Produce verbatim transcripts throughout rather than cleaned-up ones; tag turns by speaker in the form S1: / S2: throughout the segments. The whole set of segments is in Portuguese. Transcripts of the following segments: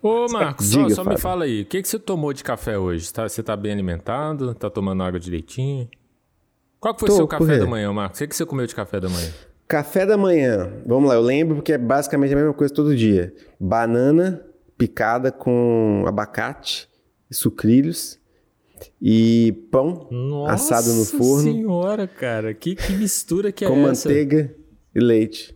S1: Ô, Marcos,
S2: Diga,
S1: só, só me
S2: Fábio.
S1: fala aí, o que, que você tomou de café hoje? Tá, você tá bem alimentado? Tá tomando água direitinho? Qual que foi o
S2: Tô,
S1: seu
S2: por
S1: café
S2: quê?
S1: da manhã, Marcos? O que, que você comeu de café da manhã?
S2: Café da manhã. Vamos lá, eu lembro porque é basicamente a mesma coisa todo dia. Banana picada com abacate, sucrilhos e pão assado no forno
S1: Nossa senhora, cara, que, que mistura que é
S2: com
S1: essa?
S2: manteiga e leite.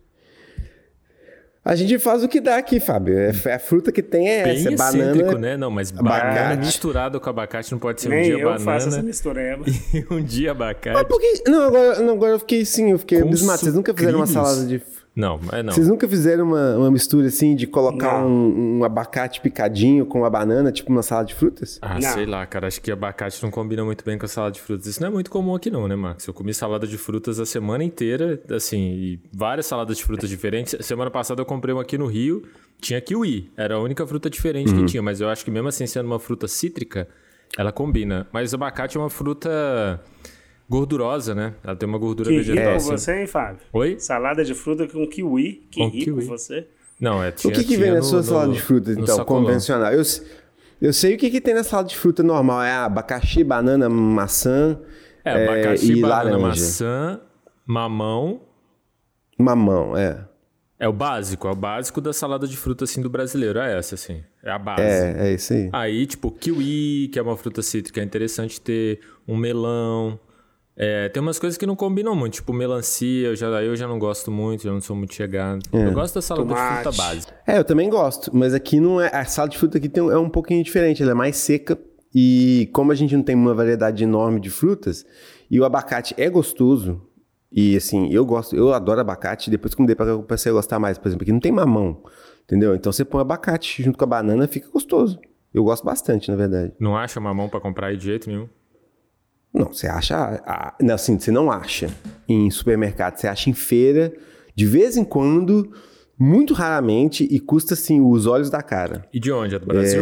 S2: A gente faz o que dá aqui, Fábio. É, a fruta que tem é
S1: Bem
S2: essa, é
S1: excêntrico,
S2: banana.
S1: né? Não, mas
S2: abacate.
S1: banana misturada com abacate não pode ser um
S3: Nem
S1: dia
S3: eu faço essa
S1: banana
S3: mistureba.
S1: e um dia abacate.
S2: Mas por que... Não, agora, não, agora eu fiquei sim, eu fiquei
S1: Com
S2: abismado. Vocês nunca fizeram uma
S1: sucrilhos?
S2: salada de...
S1: Não, é não.
S2: Vocês nunca fizeram uma, uma mistura assim de colocar
S3: Não.
S2: um, um abacate picadinho com uma banana, tipo uma salada de frutas?
S1: Ah,
S3: Não.
S1: sei lá, cara. Acho que abacate não combina muito bem com a salada de frutas. Isso não é muito comum aqui não, né, Marcos? Eu comi salada de frutas a semana inteira, assim, e várias saladas de frutas diferentes. Semana passada eu comprei uma aqui no Rio, tinha kiwi. Era a única fruta diferente
S2: Uhum.
S1: que tinha, mas eu acho que mesmo assim, sendo uma fruta cítrica, ela combina. Mas o abacate é uma fruta gordurosa, né? Ela tem uma gordura
S3: Que
S1: vegetal.
S3: rico
S1: assim.
S3: você, hein, Fábio?
S1: Oi?
S3: Salada de fruta com kiwi. Que
S1: Com
S3: rico
S1: kiwi.
S3: você.
S1: Não, é
S2: O
S1: tinha,
S2: que, que vem
S1: tinha
S2: na
S1: no-
S2: sua
S1: no-
S2: salada de frutas,
S1: no
S2: então,
S1: sacolão.
S2: convencional? Eu, eu sei o que, que tem na salada de fruta normal. É abacaxi, banana, maçã
S1: É,
S2: é,
S1: abacaxi,
S2: e
S1: banana,
S2: laranja.
S1: maçã, mamão.
S2: Mamão, é.
S1: É o básico, é o básico da salada de fruta, assim, do brasileiro. É essa, assim. É a base.
S2: É, é isso aí.
S1: Aí, tipo, kiwi, que é uma fruta cítrica, é interessante ter um melão. É, tem umas coisas que não combinam muito, tipo melancia, eu já, eu já não gosto muito, eu não sou muito chegado. Eu gosto da salada
S3: Tomate.
S1: de fruta básica.
S2: É, eu também gosto, mas aqui não é. A salada de fruta aqui tem, um- é um pouquinho diferente, ela é mais seca. E como a gente não tem uma variedade enorme de frutas, e o abacate é gostoso, e assim, eu gosto, eu adoro abacate, depois que eu mudei pra cá eu passei a gostar mais, por exemplo, aqui não tem mamão, entendeu? Então você põe abacate junto com a banana, fica gostoso. Eu gosto bastante, na verdade.
S1: Não acha mamão pra comprar aí de jeito nenhum?
S2: Não, você acha. ah, Não, assim, você não acha em supermercado, você acha em feira, de vez em quando, muito raramente, e custa assim os olhos da cara.
S1: E de onde? É do Brasil?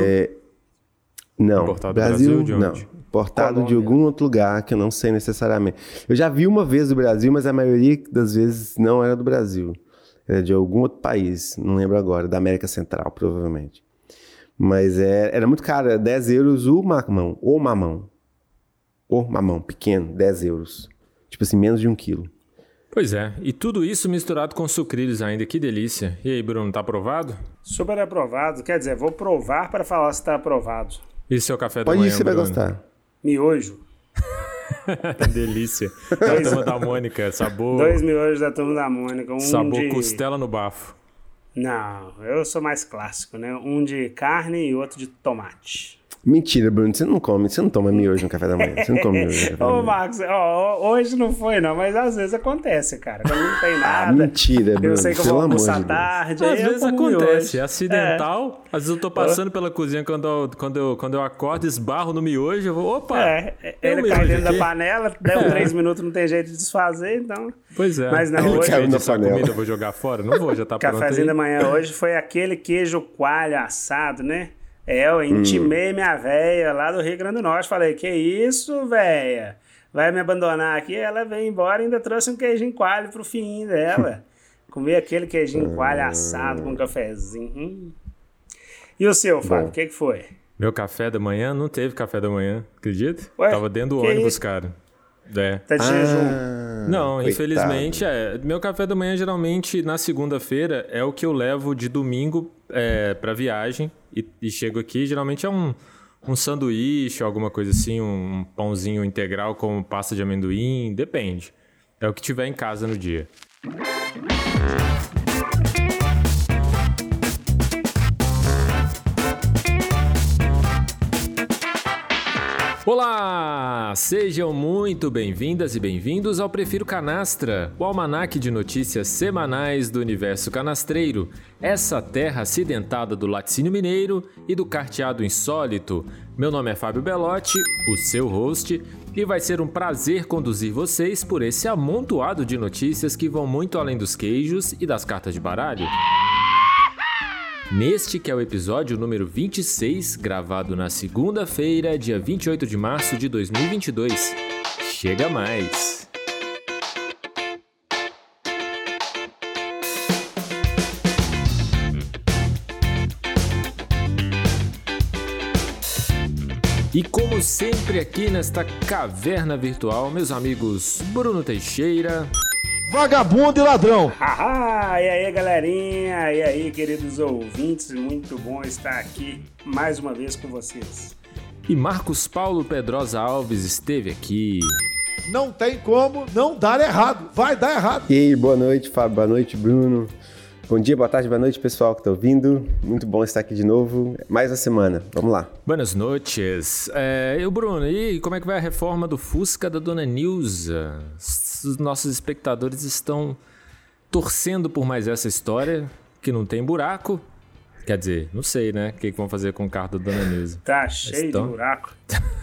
S2: Não,
S1: Importado do
S2: Brasil,
S1: Brasil, de
S2: não.
S1: onde?
S2: Importado de
S3: Colômbia.
S2: algum outro lugar que eu não sei necessariamente. Eu já vi uma vez do Brasil, mas a maioria das vezes não era do Brasil. Era de algum outro país, não lembro agora, da América Central, provavelmente. Mas é, era muito caro, era dez euros o mamão, o mamão. O mamão, pequeno, dez euros. Tipo assim, menos de um quilo.
S1: Pois é, e tudo isso misturado com sucrilhos ainda, que delícia. E aí, Bruno, tá aprovado?
S3: Super aprovado. Quer dizer, vou provar para falar se está aprovado.
S1: E seu café da
S2: Pode
S1: manhã,
S2: ir, você vai
S1: Bruno?
S2: gostar.
S3: Miojo.
S1: Delícia. Da turma da Mônica, sabor,
S3: Dois miojos da turma da Mônica. Um
S1: sabor
S3: de...
S1: costela no bafo.
S3: Não, eu sou mais clássico, né? Um de carne e outro de tomate.
S2: Mentira, Bruno, você não come, você não toma miojo no café da manhã. Você não come miojo no café da
S3: Ô,
S2: manhã.
S3: Marcos, ó, hoje não foi, não, mas às vezes acontece, cara. Quando não tem
S2: Ah,
S3: nada.
S2: mentira, Bruno,
S3: Eu sei que eu
S2: pelo
S3: vou
S2: amor de
S3: almoçar
S2: Deus.
S3: tarde.
S1: Às
S3: aí eu
S1: vezes
S3: como
S1: acontece, é
S3: miojo.
S1: acidental. Às vezes eu tô passando pela cozinha quando eu, quando, eu, quando eu acordo, esbarro no miojo, eu vou, opa!
S3: É, é,
S1: tem um
S3: ele cai
S1: miojo
S3: dentro
S1: aqui.
S3: da panela, deu três minutos, não tem jeito de desfazer, então.
S1: Pois é.
S3: Mas não,
S1: Eu vou
S3: hoje-
S1: desperdiçar
S2: Caiu na panela.
S1: comida, eu vou jogar fora? Não vou, já tá
S3: O
S1: pronto
S3: cafezinho
S1: aí.
S3: da manhã hoje foi aquele queijo coalho assado, né? É, eu intimei minha véia lá do Rio Grande do Norte. Falei, que isso, véia? Vai me abandonar aqui? Ela veio embora e ainda trouxe um queijinho coalho pro fim dela. Comi aquele queijinho coalho assado com um cafezinho. Hum. E o seu, Fábio, o que, que foi?
S1: Meu café da manhã não teve café da manhã, acredita?
S3: Ué,
S1: Tava dentro do
S3: que
S1: ônibus,
S3: isso?
S1: cara. É.
S3: Tá de jejum?
S2: Ah,
S1: Não,
S2: coitado.
S1: infelizmente é. Meu café da manhã, geralmente, na segunda-feira, é o que eu levo de domingo é, pra viagem. E, e chego aqui, geralmente é um, um sanduíche, alguma coisa assim, um pãozinho integral com pasta de amendoim, depende. É o que tiver em casa no dia. Olá! Sejam muito bem-vindas e bem-vindos ao Prefiro Canastra, o almanaque de notícias semanais do universo canastreiro, essa terra acidentada do laticínio mineiro e do carteado insólito. Meu nome é Fábio Belotti, o seu host, e vai ser um prazer conduzir vocês por esse amontoado de notícias que vão muito além dos queijos e das cartas de baralho. Neste que é o episódio número vinte e seis, gravado na segunda-feira, dia vinte e oito de março de dois mil e vinte e dois. Chega mais! E como sempre aqui nesta caverna virtual, meus amigos Bruno Teixeira...
S4: Vagabundo e ladrão.
S3: Haha, e aí galerinha, e aí queridos ouvintes, muito bom estar aqui mais uma vez com vocês.
S1: E Marcos Paulo Pedrosa Alves esteve aqui.
S4: Não tem como não dar errado, vai dar errado.
S2: E aí, boa noite, Fábio, boa noite, Bruno. Bom dia, boa tarde, boa noite, pessoal que está ouvindo. Muito bom estar aqui de novo. Mais uma semana, vamos lá.
S1: Boas noites. É, e o Bruno, e como é que vai a reforma do Fusca da Dona Nilza? Os nossos espectadores estão torcendo por mais essa história, que não tem buraco. Quer dizer, não sei, né? O que, que vão fazer com o carro da Dona Nilza?
S3: Tá cheio
S1: então...
S3: de buraco.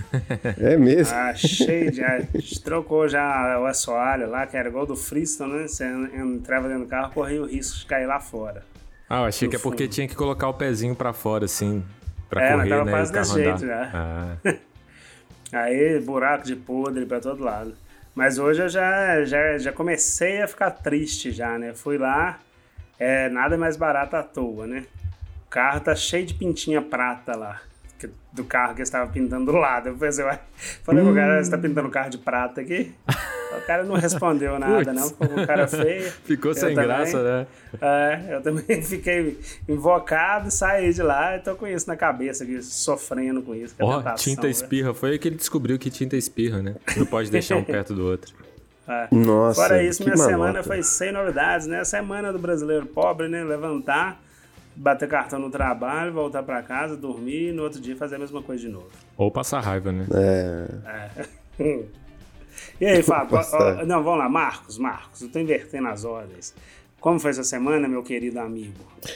S2: É mesmo?
S3: Tá cheio de... A gente trocou já o assoalho lá, que era igual do Freestone, né? Você entrava dentro do carro, corria o risco de cair lá fora.
S1: Ah, eu achei que é
S3: fundo.
S1: porque tinha que colocar o pezinho pra fora, assim, pra
S3: é,
S1: correr,
S3: mas tava
S1: né?
S3: quase
S1: O carro
S3: desse jeito
S1: andar.
S3: já.
S1: Ah.
S3: Aí, buraco de podre pra todo lado. Mas hoje eu já, já, já comecei a ficar triste já, né? Fui lá, é nada mais barato à toa, né? O carro tá cheio de pintinha prata lá, que, do carro que eu estava pintando do lado. Eu pensei, ué, falei pro cara, você tá pintando o carro de prata aqui? O cara não respondeu nada, não, ficou com cara feio.
S1: Ficou
S3: Eu
S1: sem
S3: também,
S1: graça, né?
S3: É, eu também fiquei invocado, saí de lá e tô com isso na cabeça, aqui, sofrendo com isso.
S1: Ó, oh, tinta espirra. Foi aí que ele descobriu que tinta espirra, né? Não pode deixar um perto do outro.
S3: É.
S2: Nossa,
S3: fora isso, minha
S2: manota.
S3: semana foi sem novidades, né? Semana do brasileiro pobre, né? Levantar, bater cartão no trabalho, voltar pra casa, dormir e no outro dia fazer a mesma coisa de novo.
S1: Ou passar raiva, né?
S2: É...
S3: é. E aí, Fábio? Ó, não, vamos lá, Marcos, Marcos, eu tô invertendo as ordens. Como foi essa semana, meu querido amigo?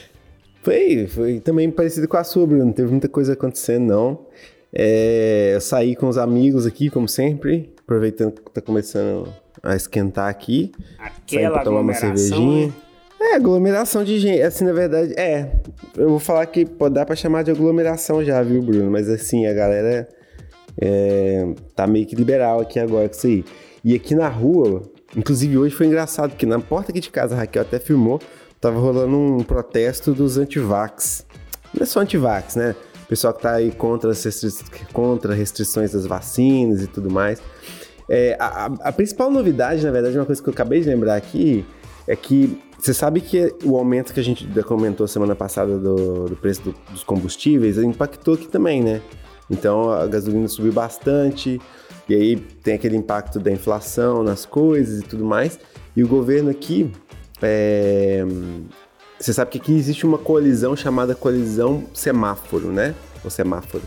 S2: Foi, foi também parecido com a sua, Bruno. Não teve muita coisa acontecendo, não. É, eu saí com os amigos aqui, como sempre, aproveitando que tá começando a esquentar aqui.
S3: Aquela
S2: tomar uma cervejinha. É, aglomeração de gente. Assim, na verdade, é. Eu vou falar que pode dar pra chamar de aglomeração já, viu, Bruno? Mas assim, a galera é, tá meio que liberal aqui agora com isso aí. E aqui na rua, inclusive hoje foi engraçado, porque na porta aqui de casa, a Raquel até filmou, tava rolando um protesto dos antivax. Não é só antivax, né? O pessoal que tá aí contra, as restri... contra restrições das vacinas e tudo mais. É, a, a principal novidade, na verdade, uma coisa que eu acabei de lembrar aqui, é que você sabe que o aumento que a gente comentou semana passada do, do preço do, dos combustíveis impactou aqui também, né? Então a gasolina subiu bastante, e aí tem aquele impacto da inflação nas coisas e tudo mais. E o governo aqui, é... você sabe que aqui existe uma coalizão chamada coalizão semáforo, né? O semáforo.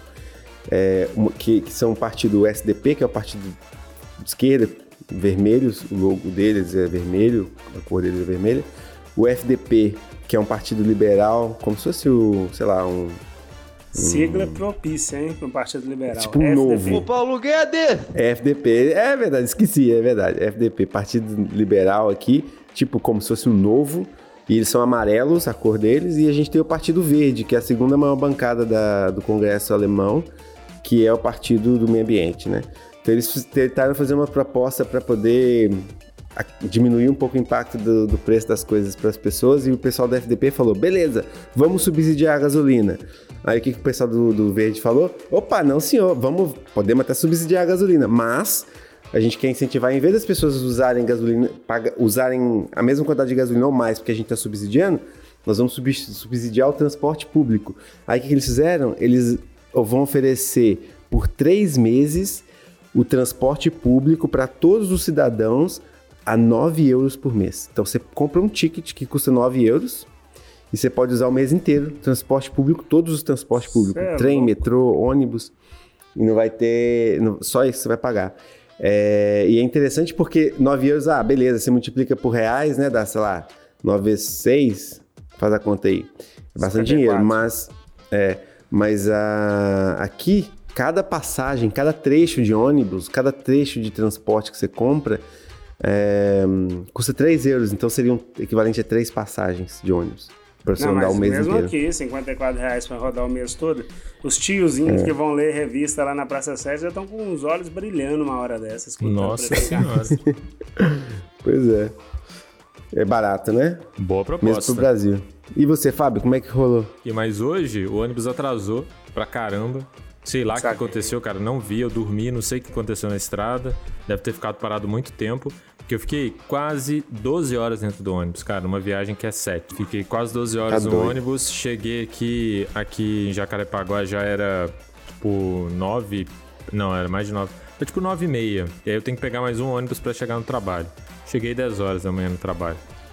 S2: É, que, que são o partido S D P, que é o partido de esquerda, vermelhos, o logo deles é vermelho, a cor deles é vermelha. O F D P, que é um partido liberal, como se fosse o, sei lá, um...
S3: Sigla um... propícia, hein, pro Partido Liberal.
S2: Tipo um novo.
S4: O Paulo Guedes!
S2: F D P, é verdade, esqueci, é verdade. F D P, Partido Liberal aqui, tipo como se fosse um novo, e eles são amarelos, a cor deles, e a gente tem o Partido Verde, que é a segunda maior bancada da, do Congresso alemão, que é o Partido do Meio Ambiente, né? Então eles tentaram fazer uma proposta para poder diminuir um pouco o impacto do, do preço das coisas para as pessoas, e o pessoal da F D P falou, beleza, vamos subsidiar a gasolina. Aí o que, que o pessoal do, do Verde falou? Opa, não senhor, vamos, podemos até subsidiar a gasolina, mas a gente quer incentivar, em vez das pessoas usarem gasolina, paga, usarem a mesma quantidade de gasolina ou mais, porque a gente está subsidiando, nós vamos subsidiar o transporte público. Aí o que, que eles fizeram? Eles vão oferecer por três meses o transporte público para todos os cidadãos a nove euros por mês. Então você compra um ticket que custa nove euros e você pode usar o mês inteiro, transporte público, todos os transportes públicos, é trem, louco. Metrô, ônibus, e não vai ter, não, só isso você vai pagar. É, e é interessante porque nove euros, ah, beleza, você multiplica por reais, né, dá, sei lá, nove vezes seis, faz a conta aí, é bastante dinheiro, mas, é, mas a, aqui, cada passagem, cada trecho de ônibus, cada trecho de transporte que você compra, É, custa três euros, então seria um equivalente a três passagens de ônibus para você andar o mês
S3: mesmo
S2: inteiro.
S3: Aqui, cinquenta e quatro reais para rodar o mês todo. Os tiozinhos é. que vão ler revista lá na Praça sete já estão com os olhos brilhando uma hora dessas.
S1: Nossa senhora.
S2: Pois é. É barato, né?
S1: Boa proposta.
S2: Mesmo pro Brasil. E você, Fábio, como é que rolou?
S1: E mas hoje o ônibus atrasou pra caramba. Sei lá o que aconteceu, cara. Não vi, eu dormi, não sei o que aconteceu na estrada. Deve ter ficado parado muito tempo. Porque eu fiquei quase doze horas dentro do ônibus, cara. Uma viagem que é sete. Fiquei quase doze horas tá no doido. ônibus. Cheguei aqui, aqui em Jacarepaguá, já era tipo nove. Não, era mais de nove. Foi tipo nove e meia. E aí eu tenho que pegar mais um ônibus pra chegar no trabalho. Cheguei dez horas da manhã no trabalho.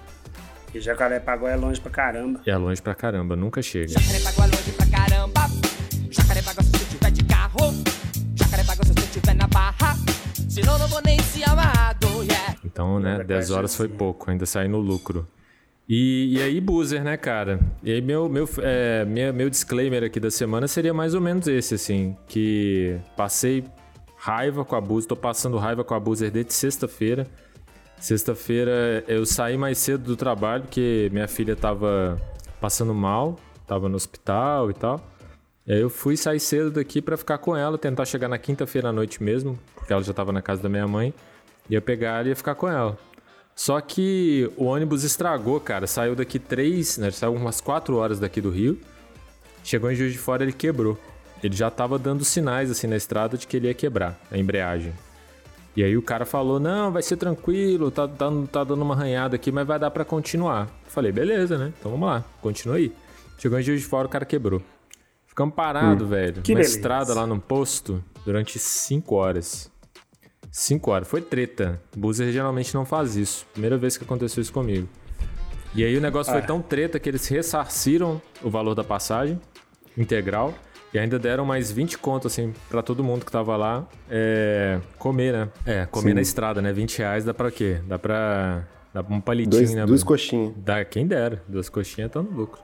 S3: E Jacarepaguá é longe pra caramba.
S1: É longe pra caramba, nunca chega.
S5: Jacarepaguá é longe pra caramba. Jacarepaguá se você tiver de carro. Jacarepaguá se você tiver na barra. Senão não vou nem se amado, yeah.
S1: Então, né, dez horas foi pouco, ainda saí no lucro. E, e aí, Boozer, né, cara? E aí, meu, meu, é, minha, meu disclaimer aqui da semana seria mais ou menos esse, assim, que passei raiva com a Boozer, tô passando raiva com a Boozer desde sexta-feira. Sexta-feira eu saí mais cedo do trabalho, porque minha filha tava passando mal, tava no hospital e tal. E aí eu fui sair cedo daqui pra ficar com ela, tentar chegar na quinta-feira à noite mesmo, porque ela já tava na casa da minha mãe. Ia pegar ela e ia ficar com ela. Só que o ônibus estragou, cara. Saiu daqui três, né? Saiu umas quatro horas daqui do Rio. Chegou em Juiz de Fora, ele quebrou. Ele já tava dando sinais assim na estrada de que ele ia quebrar a embreagem. E aí o cara falou, não, vai ser tranquilo, tá, tá, tá dando uma arranhada aqui, mas vai dar pra continuar. Eu falei, beleza, né? Então vamos lá, continua aí. Chegou em Juiz de Fora, o cara quebrou. Ficamos parados, hum, velho.
S3: Que
S1: na
S3: beleza.
S1: Estrada lá no posto durante cinco horas. Cinco horas. Foi treta. Boozer geralmente não faz isso. Primeira vez que aconteceu isso comigo. E aí o negócio ah. foi tão treta que eles ressarciram o valor da passagem integral e ainda deram mais vinte conto, assim, pra todo mundo que tava lá é, comer, né? É, comer Sim. na estrada, né? vinte reais dá pra quê? Dá pra... Dá pra um palitinho, Dois,
S2: né? Duas coxinhas.
S1: Dá, quem dera. Duas coxinhas tá no lucro.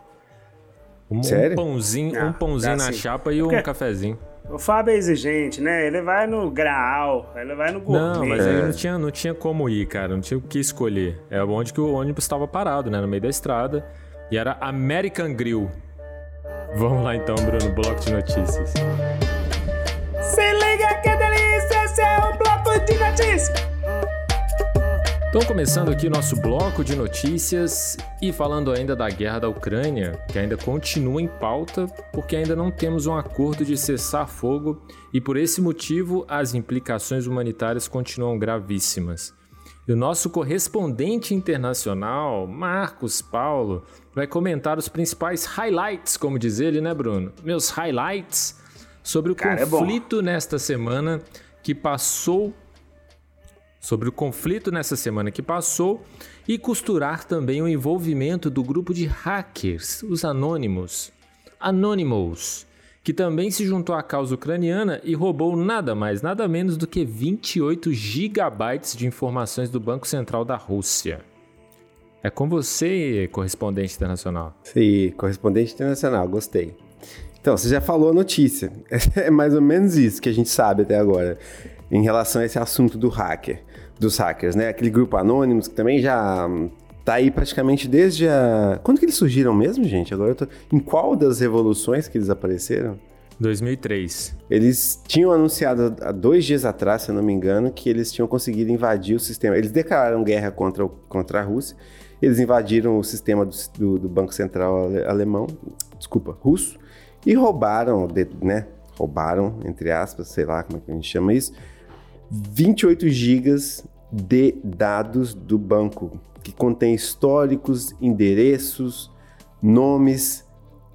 S1: Um,
S2: Sério?
S1: Um pãozinho, ah, um pãozinho na assim. chapa e um Porque... cafezinho.
S3: O Fábio é exigente, né? Ele vai no graal, ele vai no gourmet.
S1: Não, mas é. aí não tinha, não tinha como ir, cara. Não tinha o que escolher. É onde que o ônibus estava parado, né? No meio da estrada. E era American Grill. Vamos lá então, Bruno. Bloco de notícias.
S3: Se liga que delícia, esse é o bloco de notícias.
S1: Então, começando aqui o nosso bloco de notícias e falando ainda da guerra da Ucrânia, que ainda continua em pauta, porque ainda não temos um acordo de cessar-fogo e, por esse motivo, as implicações humanitárias continuam gravíssimas. E o nosso correspondente internacional, Marcos Paulo, vai comentar os principais highlights, como diz ele, né, Bruno? Meus highlights sobre o Cara, conflito é nesta semana que passou... sobre o conflito nessa semana que passou e costurar também o envolvimento do grupo de hackers, os Anonymous, Anonymous, que também se juntou à causa ucraniana e roubou nada mais, nada menos do que vinte e oito gigabytes de informações do Banco Central da Rússia. É com você, correspondente internacional.
S2: Sim, correspondente internacional, gostei. Então, você já falou a notícia. É mais ou menos isso que a gente sabe até agora em relação a esse assunto do hacker, dos hackers, né? Aquele grupo Anonymous que também já tá aí praticamente desde a... Quando que eles surgiram mesmo, gente? Agora eu tô... Em qual das revoluções que eles apareceram?
S1: dois mil e três.
S2: Eles tinham anunciado há dois dias atrás, se eu não me engano, que eles tinham conseguido invadir o sistema. Eles declararam guerra contra, o... contra a Rússia. Eles invadiram o sistema do, do, do Banco Central alemão, desculpa, russo, e roubaram, né? Roubaram, entre aspas, sei lá como é que a gente chama isso, vinte e oito gigas de dados do banco, que contém históricos, endereços, nomes,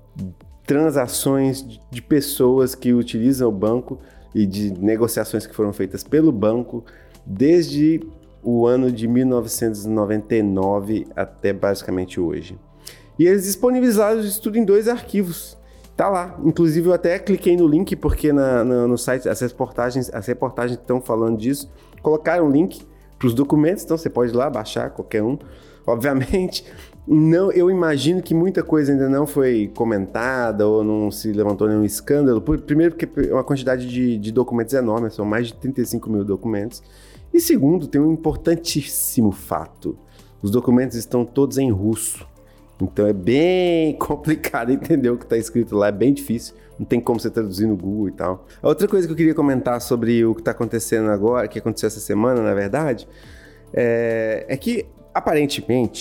S2: transações de pessoas que utilizam o banco e de negociações que foram feitas pelo banco desde o ano de mil novecentos e noventa e nove até basicamente hoje. E eles disponibilizaram isso tudo em dois arquivos. Tá lá. Inclusive, eu até cliquei no link, porque na, na, no site as reportagens as reportagens estão falando disso. Colocaram o link para os documentos, então você pode ir lá baixar qualquer um. Obviamente, não, eu imagino que muita coisa ainda não foi comentada ou não se levantou nenhum escândalo. Primeiro, porque é uma quantidade de, de documentos enorme, são mais de trinta e cinco mil documentos. E segundo, tem um importantíssimo fato. Os documentos estão todos em russo. Então é bem complicado entender o que está escrito lá, é bem difícil, não tem como você traduzir no Google e tal. A outra coisa que eu queria comentar sobre o que está acontecendo agora, que aconteceu essa semana, na verdade, é, é que aparentemente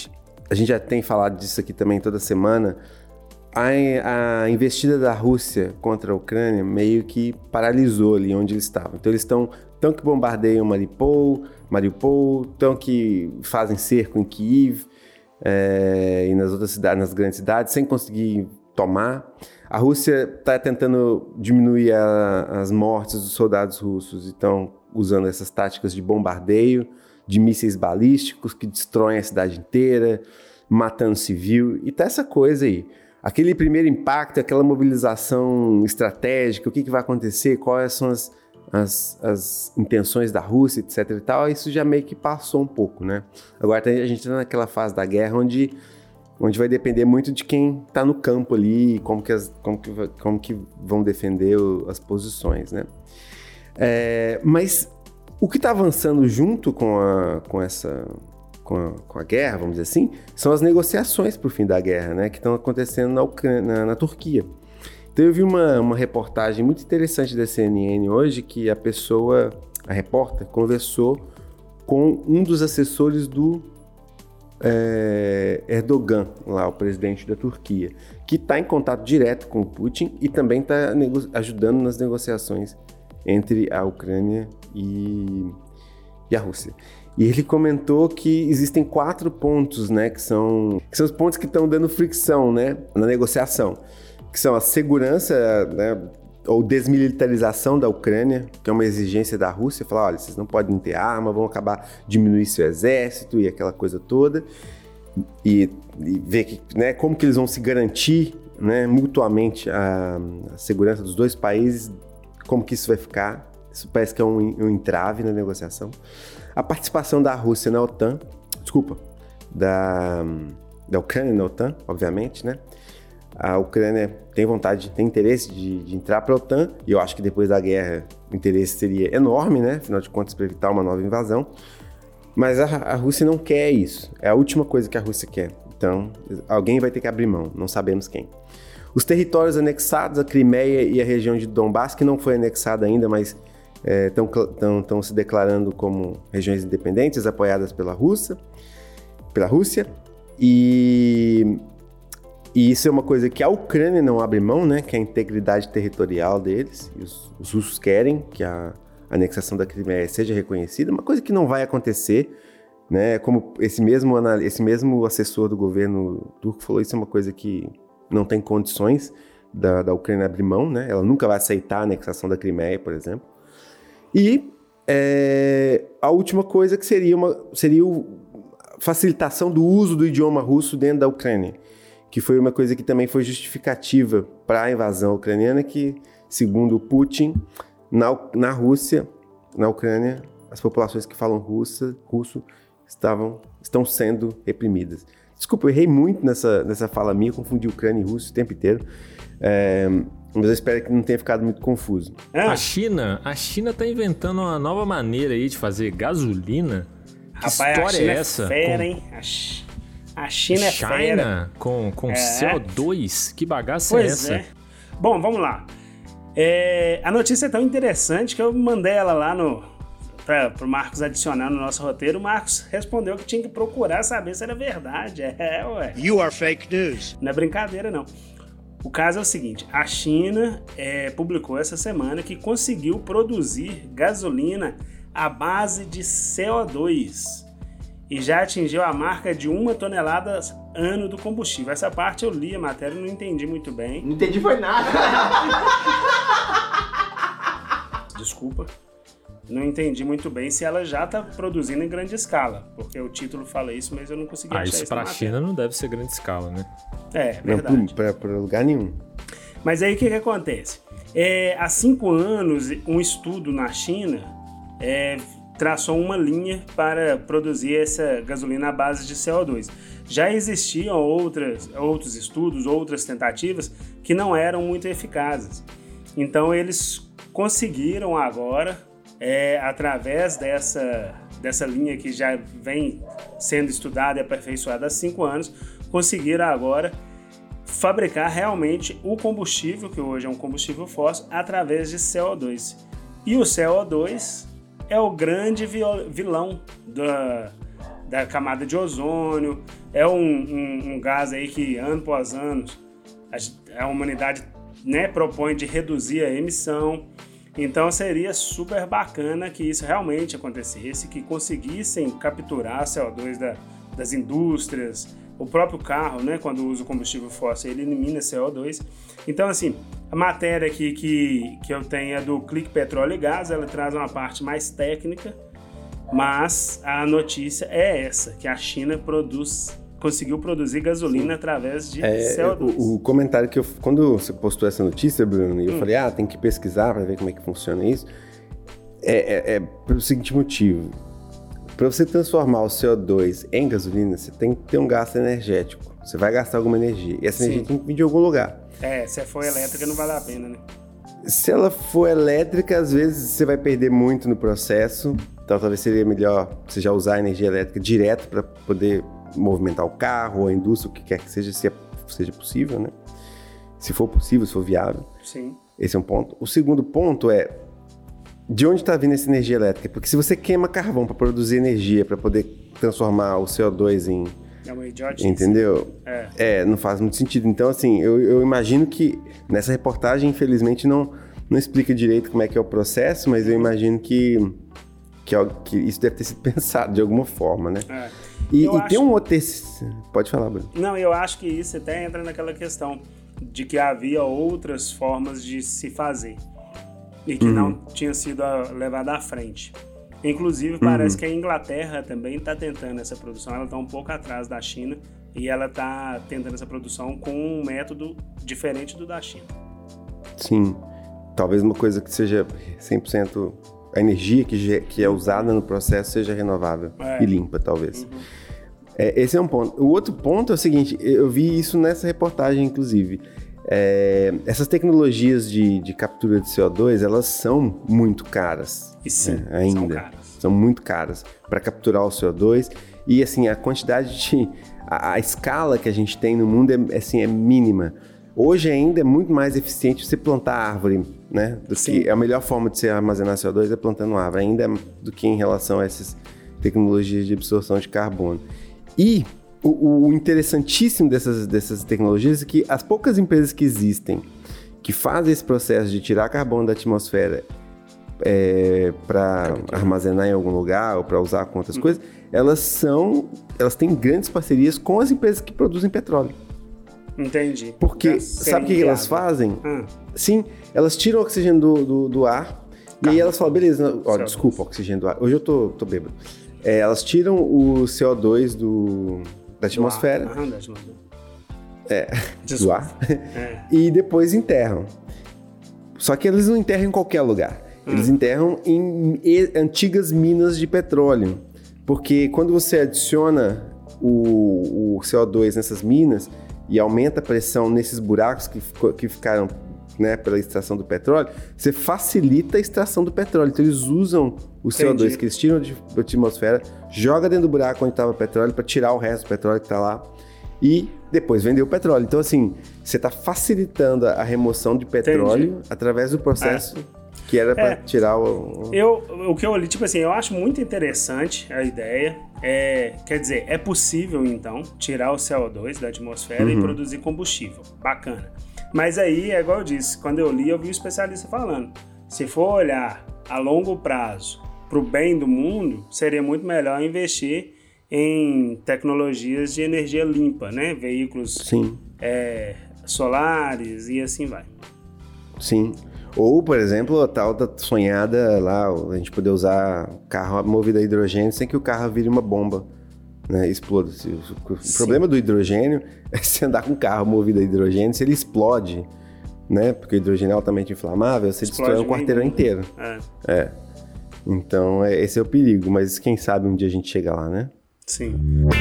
S2: a gente já tem falado disso aqui também toda semana, a, a investida da Rússia contra a Ucrânia meio que paralisou ali onde eles estavam. Então eles estão, tão que bombardeiam Mariupol, Mariupol, tão que fazem cerco em Kiev é, e nas outras cidades, nas grandes cidades, sem conseguir tomar. A Rússia está tentando diminuir a, as mortes dos soldados russos e estão usando essas táticas de bombardeio, de mísseis balísticos que destroem a cidade inteira, matando civil, e tá essa coisa aí. Aquele primeiro impacto, aquela mobilização estratégica, o que, que vai acontecer, quais são as, as, as intenções da Rússia, etc e tal, isso já meio que passou um pouco, né? Agora a gente está naquela fase da guerra onde, onde vai depender muito de quem está no campo ali, como que, as, como que, como que vão defender o, as posições, né? É, mas o que está avançando junto com, a, com essa... Com a, com a guerra, vamos dizer assim, são as negociações para o fim da guerra, né, que estão acontecendo na, Ucrânia, na, na Turquia. Então eu vi uma, uma reportagem muito interessante da C N N hoje, que a pessoa, a repórter, conversou com um dos assessores do é, Erdogan, lá, o presidente da Turquia, que está em contato direto com o Putin e também está ajudando nas negociações entre a Ucrânia e, e a Rússia. E ele comentou que existem quatro pontos, né, que são, que são os pontos que estão dando fricção, né, na negociação, que são a segurança, né, ou desmilitarização da Ucrânia, que é uma exigência da Rússia, falar, olha, vocês não podem ter arma, vão acabar diminuir seu exército e aquela coisa toda, e, e ver que, né, como que eles vão se garantir, né, mutuamente a, a segurança dos dois países, como que isso vai ficar. Isso parece que é um, um entrave na negociação. A participação da Rússia na OTAN, desculpa, da, da Ucrânia na OTAN, obviamente, né? A Ucrânia tem vontade, tem interesse de, de entrar para a OTAN, e eu acho que depois da guerra o interesse seria enorme, né? Afinal de contas, para evitar uma nova invasão. Mas a, a Rússia não quer isso. É a última coisa que a Rússia quer. Então, alguém vai ter que abrir mão, não sabemos quem. Os territórios anexados, a Crimeia e a região de Donbass, que não foi anexada ainda, mas estão é, se declarando como regiões independentes, apoiadas pela Rússia, pela Rússia, e, e isso é uma coisa que a Ucrânia não abre mão, né, que é a integridade territorial deles, e os, os russos querem que a anexação da Crimeia seja reconhecida, uma coisa que não vai acontecer, né, como esse mesmo, esse mesmo assessor do governo turco falou, isso é uma coisa que não tem condições da, da Ucrânia abrir mão, né, ela nunca vai aceitar a anexação da Crimeia, por exemplo. E é, a última coisa que seria, uma, seria a facilitação do uso do idioma russo dentro da Ucrânia, que foi uma coisa que também foi justificativa para a invasão ucraniana, que, segundo Putin, na, na Rússia, na Ucrânia, as populações que falam russa, russo estavam, estão sendo reprimidas. Desculpa, eu errei muito nessa, nessa fala minha, confundi Ucrânia e Rússia o tempo inteiro. É, mas eu espero que não tenha ficado muito confuso.
S1: A China, a China tá inventando uma nova maneira aí de fazer gasolina. Que
S3: Rapaz,
S1: história
S3: a China
S1: é essa?
S3: É fera,
S1: com...
S3: hein? A China é
S1: China
S3: fera.
S1: com, com é. C O dois? Que bagaça
S3: pois
S1: é essa?
S3: É. Bom, vamos lá. É, a notícia é tão interessante que eu mandei ela lá no... para o Marcos adicionar no nosso roteiro. O Marcos respondeu que tinha que procurar saber se era verdade. É, ué.
S4: You are fake news.
S3: Não é brincadeira, não. O caso é o seguinte, a China é, publicou essa semana que conseguiu produzir gasolina à base de C O dois e já atingiu a marca de uma tonelada ano do combustível. Essa parte eu li a matéria e não entendi muito bem.
S2: Não entendi foi nada.
S3: Desculpa. Não entendi muito bem se ela já está produzindo em grande escala, porque o título fala isso, mas eu não consegui
S1: ah,
S3: achar
S1: isso.
S3: isso
S1: Para a China não deve ser grande escala, né?
S3: É, verdade.
S2: Não, para lugar nenhum.
S3: Mas aí o que, que acontece? É, há cinco anos, um estudo na China é, traçou uma linha para produzir essa gasolina à base de C O dois. Já existiam outras, outros estudos, outras tentativas que não eram muito eficazes. Então eles conseguiram agora... É, através dessa, dessa linha que já vem sendo estudada e aperfeiçoada há cinco anos, conseguiram agora fabricar realmente o combustível, que hoje é um combustível fóssil, através de C O dois. E o C O dois é o grande vilão da, da camada de ozônio. É um, um, um gás aí que, ano após ano, a, a humanidade, né, propõe de reduzir a emissão. Então seria super bacana que isso realmente acontecesse, que conseguissem capturar C O dois da, das indústrias. O próprio carro, né, quando usa o combustível fóssil, ele elimina C O dois. Então, assim, a matéria aqui que, que eu tenho é do Clique Petróleo e Gás, ela traz uma parte mais técnica, mas a notícia é essa, que a China produz, conseguiu produzir gasolina Sim. através de
S2: é,
S3: C O dois.
S2: O, o comentário que eu... Quando você postou essa notícia, Bruno, e eu hum. falei, ah, tem que pesquisar para ver como é que funciona isso, é, é, é pelo seguinte motivo. Para você transformar o C O dois em gasolina, você tem que ter um gasto energético. Você vai gastar alguma energia. E essa Sim. energia tem que vir de algum lugar.
S3: É, se for elétrica não vale a pena, né?
S2: Se ela for elétrica, às vezes você vai perder muito no processo. Então talvez seria melhor você já usar a energia elétrica direto para poder movimentar o carro ou a indústria, o que quer que seja, se é, seja possível, né? Se for possível, se for viável.
S3: Sim.
S2: Esse é um ponto. O segundo ponto é de onde está vindo essa energia elétrica? Porque se você queima carvão para produzir energia, para poder transformar o C O dois em...
S3: É uma idiotice.
S2: Entendeu?
S3: É.
S2: é, não faz muito sentido. Então, assim, eu, eu imagino que nessa reportagem, infelizmente, não, não explica direito como é que é o processo, mas eu imagino que, que, que isso deve ter sido pensado de alguma forma, né?
S3: É.
S2: E, e
S3: acho...
S2: tem um outro... Pode falar, Bruno.
S3: Não, eu acho que isso até entra naquela questão de que havia outras formas de se fazer. E que uhum. não tinha sido levada à frente. Inclusive, parece uhum. que a Inglaterra também está tentando essa produção. Ela está um pouco atrás da China e ela está tentando essa produção com um método diferente do da China.
S2: Sim. Talvez uma coisa que seja cem por cento... A energia que, que é usada no processo seja renovável é. e limpa, talvez. Uhum. É, esse é um ponto. O outro ponto é o seguinte, eu vi isso nessa reportagem, inclusive. É, essas tecnologias de, de captura de C O dois, elas são muito caras.
S3: E sim,
S2: né, ainda.
S3: são caras.
S2: São muito caras para capturar o C O dois. E assim, a quantidade de... A, a escala que a gente tem no mundo é, assim, é mínima. Hoje ainda é muito mais eficiente você plantar árvore, né? Do
S3: sim.
S2: que a melhor forma de você armazenar C O dois é plantando árvore, ainda do que em relação a essas tecnologias de absorção de carbono. E o, o interessantíssimo dessas, dessas tecnologias é que as poucas empresas que existem que fazem esse processo de tirar carbono da atmosfera é, para armazenar em algum lugar ou para usar com outras hum. coisas, elas são, elas têm grandes parcerias com as empresas que produzem petróleo.
S3: Entendi.
S2: Porque sabe o que elas fazem? Hum. Sim, elas tiram o oxigênio do, do, do ar Caramba. E aí elas falam, beleza, ó, desculpa, oxigênio do ar. Hoje eu tô, tô bêbado. É, elas tiram o C O dois do, da atmosfera.
S3: Aham, da atmosfera.
S2: É, do ar. É. E depois enterram. Só que eles não enterram em qualquer lugar. Hum. Eles enterram em antigas minas de petróleo. Porque quando você adiciona o, o C O dois nessas minas e aumenta a pressão nesses buracos que, que ficaram, né, pela extração do petróleo, você facilita a extração do petróleo. Então eles usam o C O dois Entendi. Que eles tiram da atmosfera, joga dentro do buraco onde estava o petróleo para tirar o resto do petróleo que está lá e depois vender o petróleo. Então assim, você está facilitando a remoção de petróleo Entendi. Através do processo é. Que era para é. Tirar o...
S3: Eu, o que eu li, tipo assim, eu acho muito interessante a ideia. É, quer dizer, é possível então tirar o C O dois da atmosfera uhum. e produzir combustível. Bacana. Mas aí, é igual eu disse, quando eu li, eu vi o especialista falando. Se for olhar a longo prazo para o bem do mundo, seria muito melhor investir em tecnologias de energia limpa, né? Veículos
S2: Sim.
S3: É, solares e assim vai.
S2: Sim. Ou, por exemplo, a tal da sonhada lá, a gente poder usar carro movido a hidrogênio sem que o carro vire uma bomba, né? Exploda. O Sim. problema do hidrogênio é se andar com um carro movido a hidrogênio, se ele explode, né? Porque o hidrogênio é altamente inflamável, você explode destrói um quarteirão bem, inteiro. É. é. Então, é, esse é o perigo, mas quem sabe um dia a gente chega lá, né?
S3: Sim.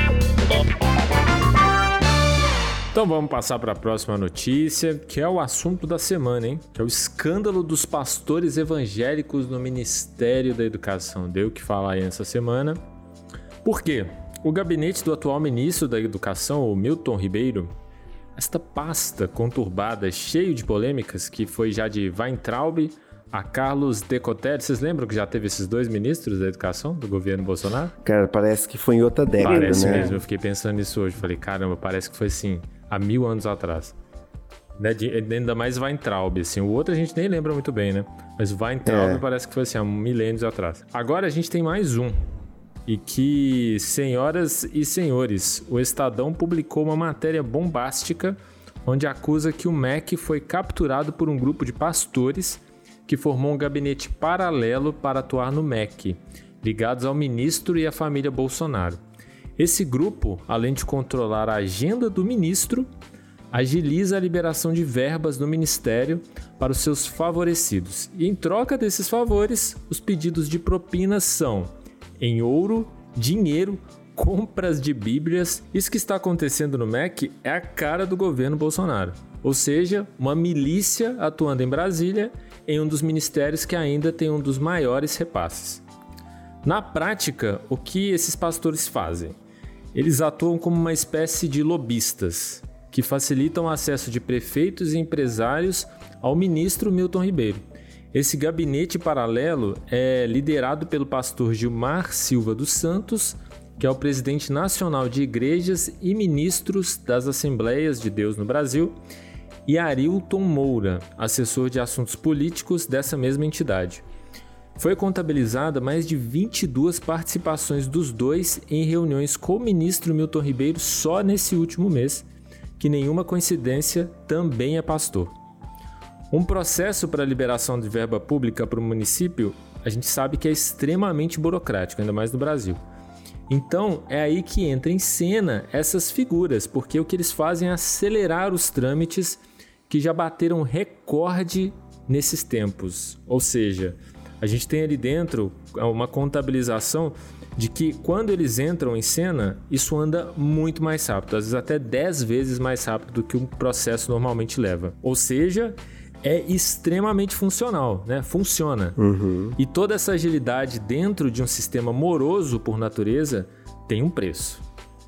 S1: Então vamos passar para a próxima notícia, que é o assunto da semana, hein? Que é o escândalo dos pastores evangélicos no Ministério da Educação. Deu o que falar aí essa semana. Por quê? O gabinete do atual ministro da Educação, o Milton Ribeiro, esta pasta conturbada, cheio de polêmicas, que foi já de Weintraub a Carlos Decotelli. Vocês lembram que já teve esses dois ministros da educação do governo Bolsonaro?
S2: Cara, parece que foi em outra década,
S1: parece
S2: né?
S1: mesmo, eu fiquei pensando nisso hoje. Falei, caramba, parece que foi assim, há mil anos atrás. Né? De, ainda mais Weintraub, assim. O outro a gente nem lembra muito bem, né? Mas Weintraub é. parece que foi assim, há milênios atrás. Agora a gente tem mais um. E que, senhoras e senhores, o Estadão publicou uma matéria bombástica onde acusa que o M E C foi capturado por um grupo de pastores que formou um gabinete paralelo para atuar no M E C, ligados ao ministro e à família Bolsonaro. Esse grupo, além de controlar a agenda do ministro, agiliza a liberação de verbas no ministério para os seus favorecidos. E em troca desses favores, os pedidos de propina são em ouro, dinheiro, compras de bíblias. Isso que está acontecendo no M E C é a cara do governo Bolsonaro. Ou seja, uma milícia atuando em Brasília em um dos ministérios que ainda tem um dos maiores repasses. Na prática, o que esses pastores fazem? Eles atuam como uma espécie de lobistas, que facilitam o acesso de prefeitos e empresários ao ministro Milton Ribeiro. Esse gabinete paralelo é liderado pelo pastor Gilmar Silva dos Santos, que é o presidente nacional de igrejas e ministros das Assembleias de Deus no Brasil, e Arilton Moura, assessor de assuntos políticos dessa mesma entidade. Foi contabilizada mais de vinte e duas participações dos dois em reuniões com o ministro Milton Ribeiro só nesse último mês, que nenhuma coincidência também é pastor. Um processo para a liberação de verba pública para o município, a gente sabe que é extremamente burocrático, ainda mais no Brasil. Então, é aí que entra em cena essas figuras, porque o que eles fazem é acelerar os trâmites que já bateram recorde nesses tempos. Ou seja, a gente tem ali dentro uma contabilização de que quando eles entram em cena, isso anda muito mais rápido, às vezes até dez vezes mais rápido do que um processo normalmente leva. Ou seja, é extremamente funcional, né? Funciona. Uhum. E toda essa agilidade dentro de um sistema moroso por natureza tem um preço.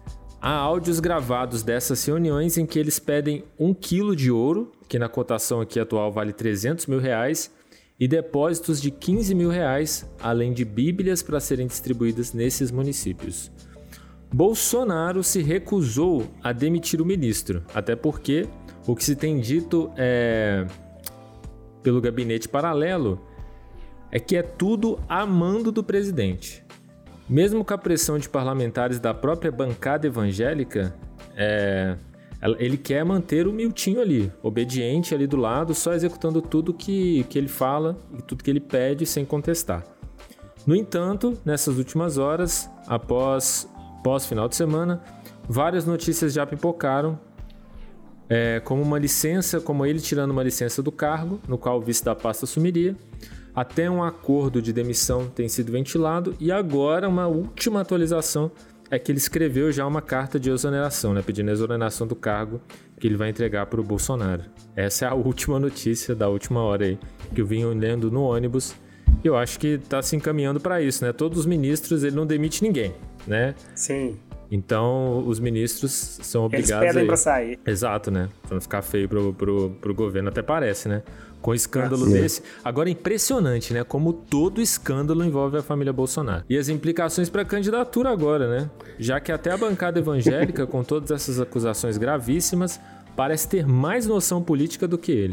S1: Há áudios gravados dessas reuniões em que eles pedem um quilo de ouro, que na cotação aqui atual vale trezentos mil reais, e depósitos de quinze mil reais, além de bíblias para serem distribuídas nesses municípios. Bolsonaro se recusou a demitir o ministro, até porque o que se tem dito é, pelo gabinete paralelo é que é tudo a mando do presidente. Mesmo com a pressão de parlamentares da própria bancada evangélica, é, ele quer manter o Miltinho ali, obediente ali do lado, só executando tudo que, que ele fala e tudo que ele pede sem contestar. No entanto, nessas últimas horas, após pós-final de semana, várias notícias já pipocaram, é, como uma licença, como ele tirando uma licença do cargo, no qual o vice da pasta assumiria, até um acordo de demissão tem sido ventilado, e agora uma última atualização é que ele escreveu já uma carta de exoneração, né, pedindo a exoneração do cargo que ele vai entregar para o Bolsonaro. Essa é a última notícia da última hora aí, que eu vim lendo no ônibus, e eu acho que está se encaminhando para isso, né? Todos os ministros, ele não demite ninguém, né?
S3: Sim.
S1: Então, os ministros são obrigados a...
S3: Eles pedem para sair.
S1: Exato, né? Para não ficar feio pro, pro, pro governo, até parece, né? Com um escândalo ah, desse. Agora, é impressionante, né? Como todo escândalo envolve a família Bolsonaro. E as implicações para a candidatura agora, né? Já que até a bancada evangélica, com todas essas acusações gravíssimas, parece ter mais noção política do que ele.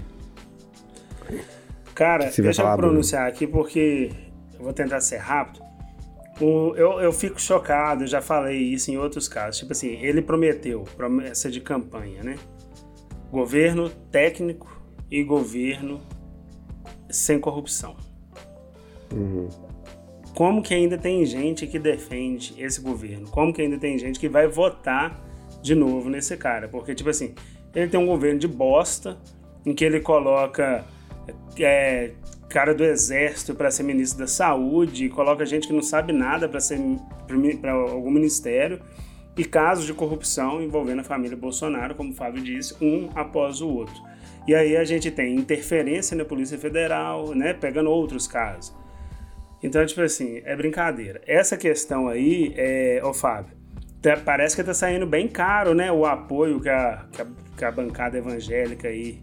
S3: Cara, deixa eu pronunciar aqui, porque eu vou tentar ser rápido. O, eu, eu fico chocado, eu já falei isso em outros casos. Tipo assim, ele prometeu, promessa de campanha, né? Governo técnico e governo sem corrupção. Uhum. Como que ainda tem gente que defende esse governo? Como que ainda tem gente que vai votar de novo nesse cara? Porque, tipo assim, ele tem um governo de bosta, em que ele coloca é, cara do exército para ser ministro da saúde, coloca gente que não sabe nada para ser para algum ministério, e casos de corrupção envolvendo a família Bolsonaro, como o Fábio disse, um após o outro. E aí a gente tem interferência na Polícia Federal, né, pegando outros casos. Então, tipo assim, é brincadeira. Essa questão aí, é, ô Fábio, tá, parece que tá saindo bem caro, né, o apoio que a, que a, que a bancada evangélica aí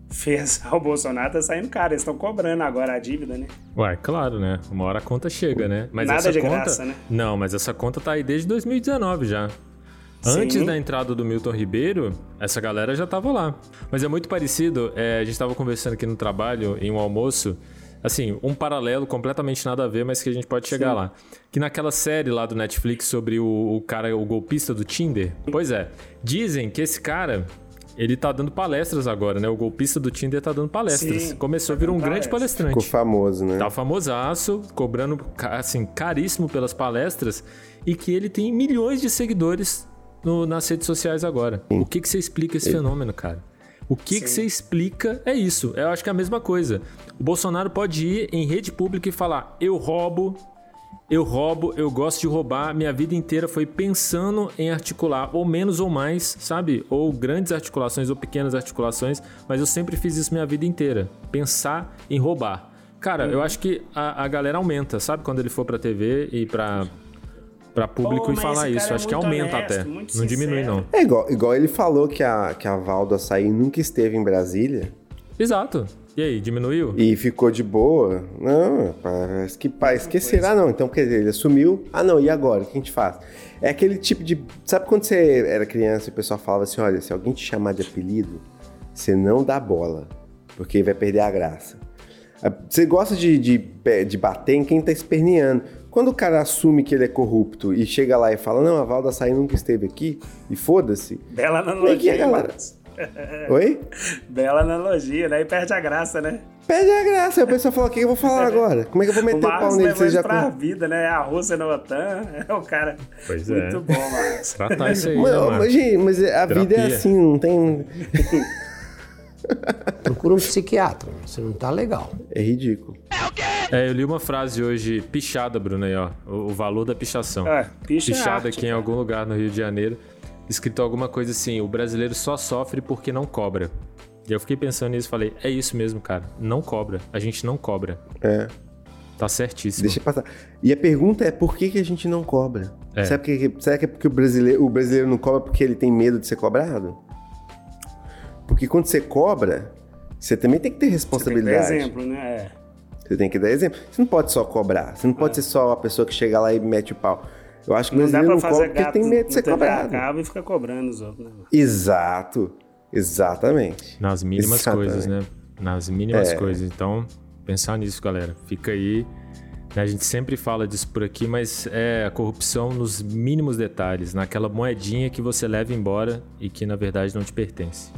S3: fez o Bolsonaro tá saindo caro. Eles estão cobrando agora a dívida, né?
S1: Ué, claro, né? Uma hora a conta chega, né? Mas
S3: Nada
S1: essa
S3: de
S1: conta...
S3: graça, né?
S1: Não, mas essa conta tá aí desde dois mil e dezenove já. Antes
S3: Sim.
S1: da entrada do Milton Ribeiro, essa galera já tava lá. Mas é muito parecido, é, a gente tava conversando aqui no trabalho, em um almoço, assim, um paralelo completamente nada a ver, mas que a gente pode chegar
S3: Sim.
S1: lá. Que naquela série lá do Netflix sobre o, o cara, o golpista do Tinder, pois é, dizem que esse cara... Ele tá dando palestras agora, né? O golpista do Tinder tá dando palestras.
S3: Sim,
S1: Começou a
S3: tá
S1: virar um
S3: dando
S1: grande
S3: palestra.
S1: palestrante.
S2: Ficou famoso, né?
S1: Tá famosaço, cobrando, assim, caríssimo pelas palestras e que ele tem milhões de seguidores no, nas redes sociais agora. Sim. O que que você explica esse Sim. fenômeno, cara? O que que você explica é isso. Eu acho que é a mesma coisa. O Bolsonaro pode ir em rede pública e falar, eu roubo... Eu roubo, eu gosto de roubar, minha vida inteira foi pensando em articular, ou menos ou mais, sabe? Ou grandes articulações ou pequenas articulações, mas eu sempre fiz isso minha vida inteira, pensar em roubar. Cara, uhum. eu acho que a, a galera aumenta, sabe? Quando ele for pra T V e pra, pra público
S3: Pô,
S1: e falar isso,
S3: é
S1: acho que aumenta
S3: honesto,
S1: até, não
S3: sincero.
S1: diminui não.
S2: É igual, igual ele falou que a, que a Val do Açaí nunca esteve em Brasília.
S1: Exato. E aí, diminuiu?
S2: E ficou de boa? Não, parece que pá, esquecerá não. Então, quer dizer, ele assumiu. Ah, não, e agora? O que a gente faz? É aquele tipo de... Sabe quando você era criança e o pessoal falava assim, olha, se alguém te chamar de apelido, você não dá bola, porque vai perder a graça. Você gosta de, de, de bater em quem tá esperneando. Quando o cara assume que ele é corrupto e chega lá e fala, não, a Val do Açaí nunca esteve aqui, e foda-se.
S3: Bela analogia,
S2: que a galera... Oi?
S3: Bela analogia, né? E perde a graça, né?
S2: Perde a graça. Aí o pessoal fala, o que eu vou falar agora? Como é que eu vou meter o, o pau nele? Você já
S3: pra com... vida, né? A Rússia na OTAN. É o cara.
S1: Pois
S3: muito
S1: é.
S3: bom, Marcos.
S1: Tratar isso aí,
S2: mas,
S1: né,
S2: mas, gente, mas a
S1: Terapia.
S2: vida é assim, não tem...
S6: Procura um psiquiatra, você não tá legal.
S2: É ridículo.
S1: É, eu li uma frase hoje, pichada, Bruno, aí, ó. O, o valor da pichação.
S3: É, picha
S1: Pichada
S3: arte,
S1: aqui em
S3: cara.
S1: algum lugar no Rio de Janeiro. Escrito alguma coisa assim, o brasileiro só sofre porque não cobra. E eu fiquei pensando nisso e falei, é isso mesmo, cara. Não cobra. A gente não cobra.
S2: É.
S1: Tá certíssimo.
S2: Deixa passar. E a pergunta é, por que, que a gente não cobra?
S1: É.
S2: Será, que, será que é porque o brasileiro, o brasileiro não cobra porque ele tem medo de ser cobrado? Porque quando você cobra, você também tem que ter responsabilidade.
S3: Você tem que dar exemplo, né? É.
S2: Você tem que dar exemplo. Você não pode só cobrar. Você não pode é. ser só a pessoa que chega lá e mete o pau. Eu acho que o
S3: Não dá
S2: brasileiro
S3: pra
S2: não
S3: fazer
S2: cobra
S3: gato,
S2: porque tem medo de ser
S3: não
S2: cobrado.
S3: Acaba e fica cobrando os outros, né?
S2: Exato. Exatamente.
S1: Nas mínimas
S2: Exatamente.
S1: coisas, né? Nas mínimas
S2: É.
S1: coisas. Então, pensar nisso, galera. Fica aí. A gente sempre fala disso por aqui, mas é a corrupção nos mínimos detalhes. Naquela moedinha que você leva embora e que, na verdade, não te pertence.